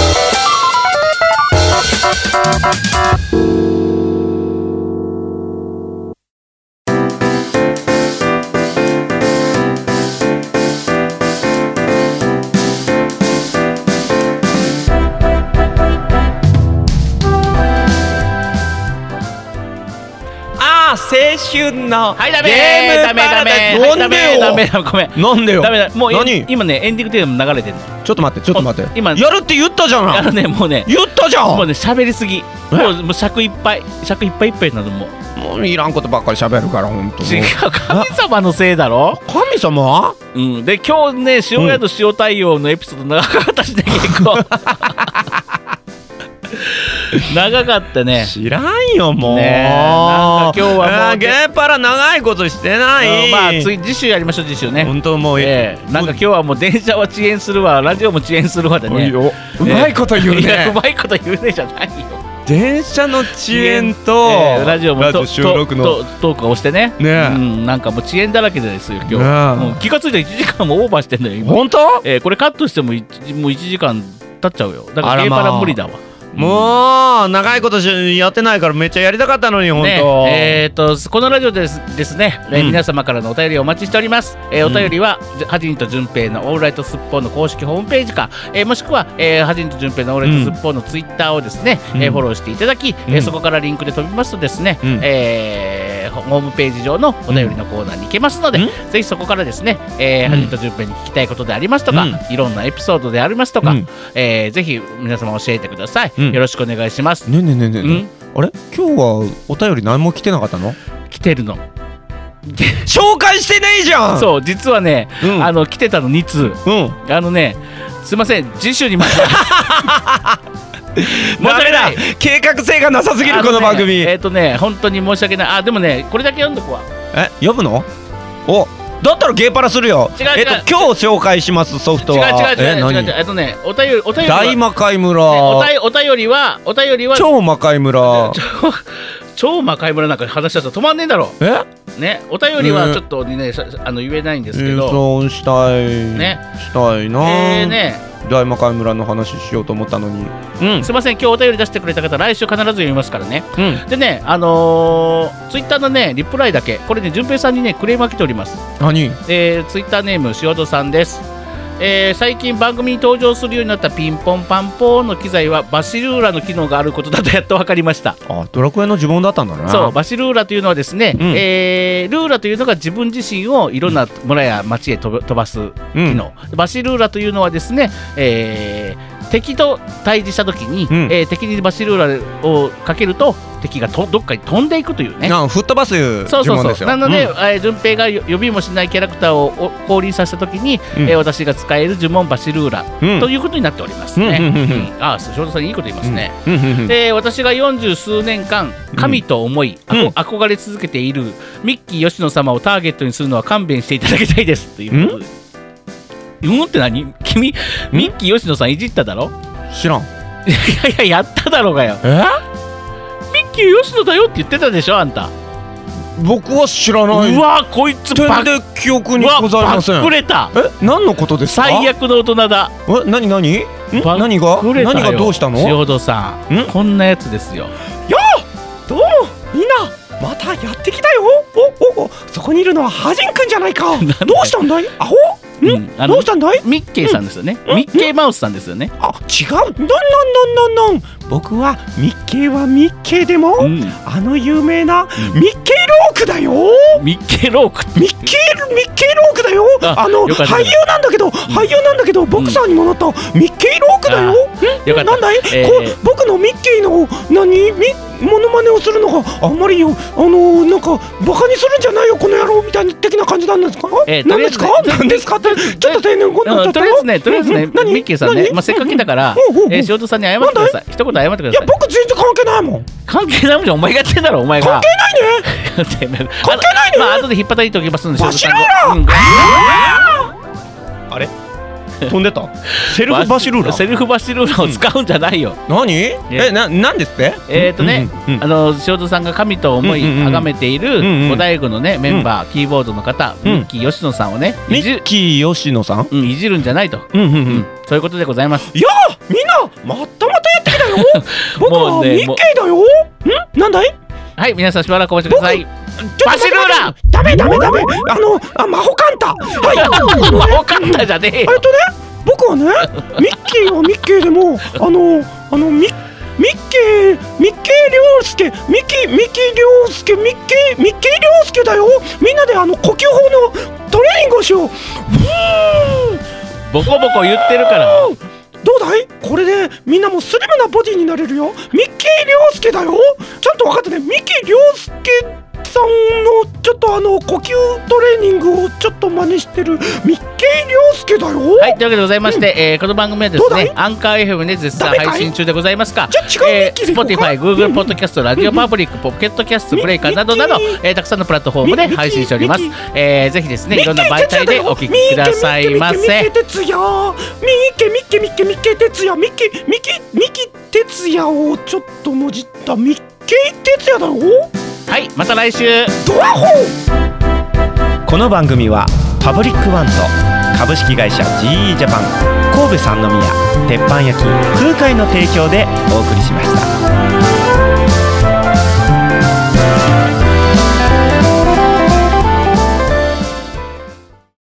青春のはいダメゲームダメダメなんでよダメダメごめんなんでよダメだもう何今ねエンディングテーマ流れてんの。 ちょっと待ってちょっと待って今やるって言ったじゃん。 あのねもうね言ったじゃん。 もうね喋りすぎもうもう尺いっぱい尺いっぱいいっぱいになるもうもういらんことばっかり喋るからほんと。 違う神様のせいだろ。 神様？ うんで今日ね塩屋の塩対応のエピソード長かったしね結構長かったね。 知らんよもう、 ね、なんか今日はもうゲーパラ長いことしてない、 うん、まあ次次週やりましょう次週ね。 本当もう、 えー、なんか今日はもう電車は遅延するわラジオも遅延するわでね。 うまいこと言うね、 えー、うまいこと言うねじゃないよ。 電車の遅延と、 えー、ラジオもと収録のトークをしてねね、 うん、なんかもう遅延だらけですよ今日、ね、もう気がついたらいちじかんもオーバーしてんだよ今。 本当？ えー、これカットしても いち, もういちじかん経っちゃうよ。だからゲーパラ無理だわ。 もう長いことやってないからめっちゃやりたかったのに本当、 ね、えー、とこのラジオですですね、うん、皆様からのお便りをお待ちしております、えー、お便りは、うん、ハジンとジュンペイのオールライトスッポンの公式ホームページか、えー、もしくは、えー、ハジンとジュンペイのオールライトスッポンのツイッターをですね、うん、えー、フォローしていただき、うん、えー、そこからリンクで飛びますとですね、うん、えー、ホームページ上のお便りのコーナーに行けますので、うん、ぜひそこからですね、えー、ハジンとジュンペイに聞きたいことでありますとか、うん、いろんなエピソードでありますとか、うん、えー、ぜひ皆様教えてください、うん、よろしくお願いします。 ねえねえねえねえ、うん、あれ今日はお便り何も来てなかったの？ 来てるの紹介してないじゃん。 そう実はね、うん、あの来てたのに通、うん、あのねすいません次週にまたダメだ、計画性がなさすぎる、ね、この番組。 えっ、ー、とね本当に申し訳ない。あでもねこれだけ読んどくわ。 え読むの？おだったらゲーパラするよ。 違う違う、 えっと今日紹介しますソフトは違う違う違う違う違う。えっとねお便りお便り大魔界村、 ね、おたお便りはお便りは超魔界村超魔界村なんか話しちゃったら止まんねえだろ。 えねお便りはちょっとね、えー、あの言えないんですけど、 そうしたいねしたいな。 えーね大魔界村の話しようと思ったのに、 うん、すいません今日お便り出してくれた方来週必ず読みますからね、 うん、 でねあのー、ツイッターのねリプライだけこれね順平さんにねクレームが来ております。 何？ えー、ツイッターネーム塩戸さんです。えー、最近番組に登場するようになったピンポンパンポーンの機材はバシルーラの機能があることだとやっと分かりました。 あドラクエの呪文だったんだね。 そうバシルーラというのはですね、うんえー、ルーラというのが自分自身をいろんな村や町へ飛ばす機能、うん、バシルーラというのはですね、えー、敵と対峙した時に、うんえー、敵にバシルーラをかけると敵がとどっかに飛んでいくというね。 吹っ飛ばす呪文ですよ。 そうそうそうなので、うんえー、順平が呼びもしないキャラクターを降臨させた時に、うんえー、私が使える呪文バシルーラ、うん、ということになっておりますね。うんうんうん、ああ翔太さんいいこと言いますね。うんうんうん、で私がよんじゅうすうねんかん神と思い、うん、憧れ続けているミッキー吉野様をターゲットにするのは勘弁していただきたいですということで。うんって何？君ミッキー吉野さんいじっただろ？ 知らん。 いやいややっただろうがよ。 え？ ミッキー吉野だよって言ってたでしょあんた。 僕は知らない。 うわこいつバッ記憶にございません。 バックれた。 え何のことですか？ 最悪の大人だ。 え何何？何が何がどうしたの？ 塩戸さんこんなやつですよ。 やあどうもみんなまたやってきたよ。おおおそこにいるのはハジンくんじゃないか。どうしたんだいアホ？うん、どうしたんだい？ ミッケーさんですよね、うん、ミッケーマウスさんですよね。 あ違うなんなんなんなんなん僕はミッケーはミッケーでも、うん、あの有名なミッケーロークだよ。 ミッケーロークミッケーミッケーロークだよ。あ, あの俳優なんだけど、うん、俳優なんだけどボクサーにもなったミッケーロークだよ。 よかった。 なんだい、えー、こ僕のミッケーの何ミモノマネをするのがあんまりよあのなんかバカにするんじゃないよこの野郎みたいな的な感じなんですか？えー、なんですか？なんですかってちょっと丁寧にとりあえずねとりあえずねミッキーさんね、まあ、せっかく来たから塩戸さんに謝ってください。一言謝ってください。いや僕全然関係ないもん。 関係ないもんじゃお前がやってんだろお前が。 関係ないね関係ないね。 まあ後で引っ叩いておきますんで。 バシルーラ、うん、あれ飛んでたセルフバシルーラセルフバシルーラを使うんじゃないよ。 うん、何えななんですってえっ、ー、とね、うんうん、あの塩戸さんが神と思い崇めている五大悟のねメンバー、うん、キーボードの方、うん、ミッキー吉野さんをねミッキー吉野さん、 うん、いじるんじゃないと、うんうんうんうん、そういうことでございます。 いやみんなまたまたやってきたよ僕はミッケーだよ。んなんだいはい皆さんしばらくお待ちください。バシルーラダメダメダメあのあ魔法カンタはい魔法カンタじゃねえよ。 えっとね僕はねミッキーはミッケーでもあのあのミッミッケーミッケー涼介ミッキーミッキー涼介ミッケーミッケー涼介だよ。みんなであの呼吸法のトレーニングをしよう。 ボコボコ言ってるからどうだいこれでみんなもスリムなボディになれるよ。ミッキー涼介だよ。ちゃんと分かってね。ミッキー涼介さんのちょっとあの呼吸トレーニングをちょっと真似してるミッケー涼介だよ。 はいというわけでございまして、うんえー、この番組はですねアンカー エフエム で絶賛配信中でございますが、えー、Spotify、Google ポッドキャスト、ラジオパブリック、ポケットキャスト、ブレイカーなどなど、えー、たくさんのプラットフォームで配信しております。えー、ぜひですねいろんな媒体でお聞きくださいませ。ミッケ哲也ミッケミッケミッケミッケ哲也ミッケミッケミッケ哲也をちょっともじったミッケ哲也だよ。 はいまた来週。 ドアホーこの番組はパブリックワンと株式会社 ジーイー ジャパン神戸三宮鉄板焼き空海の提供でお送りしました。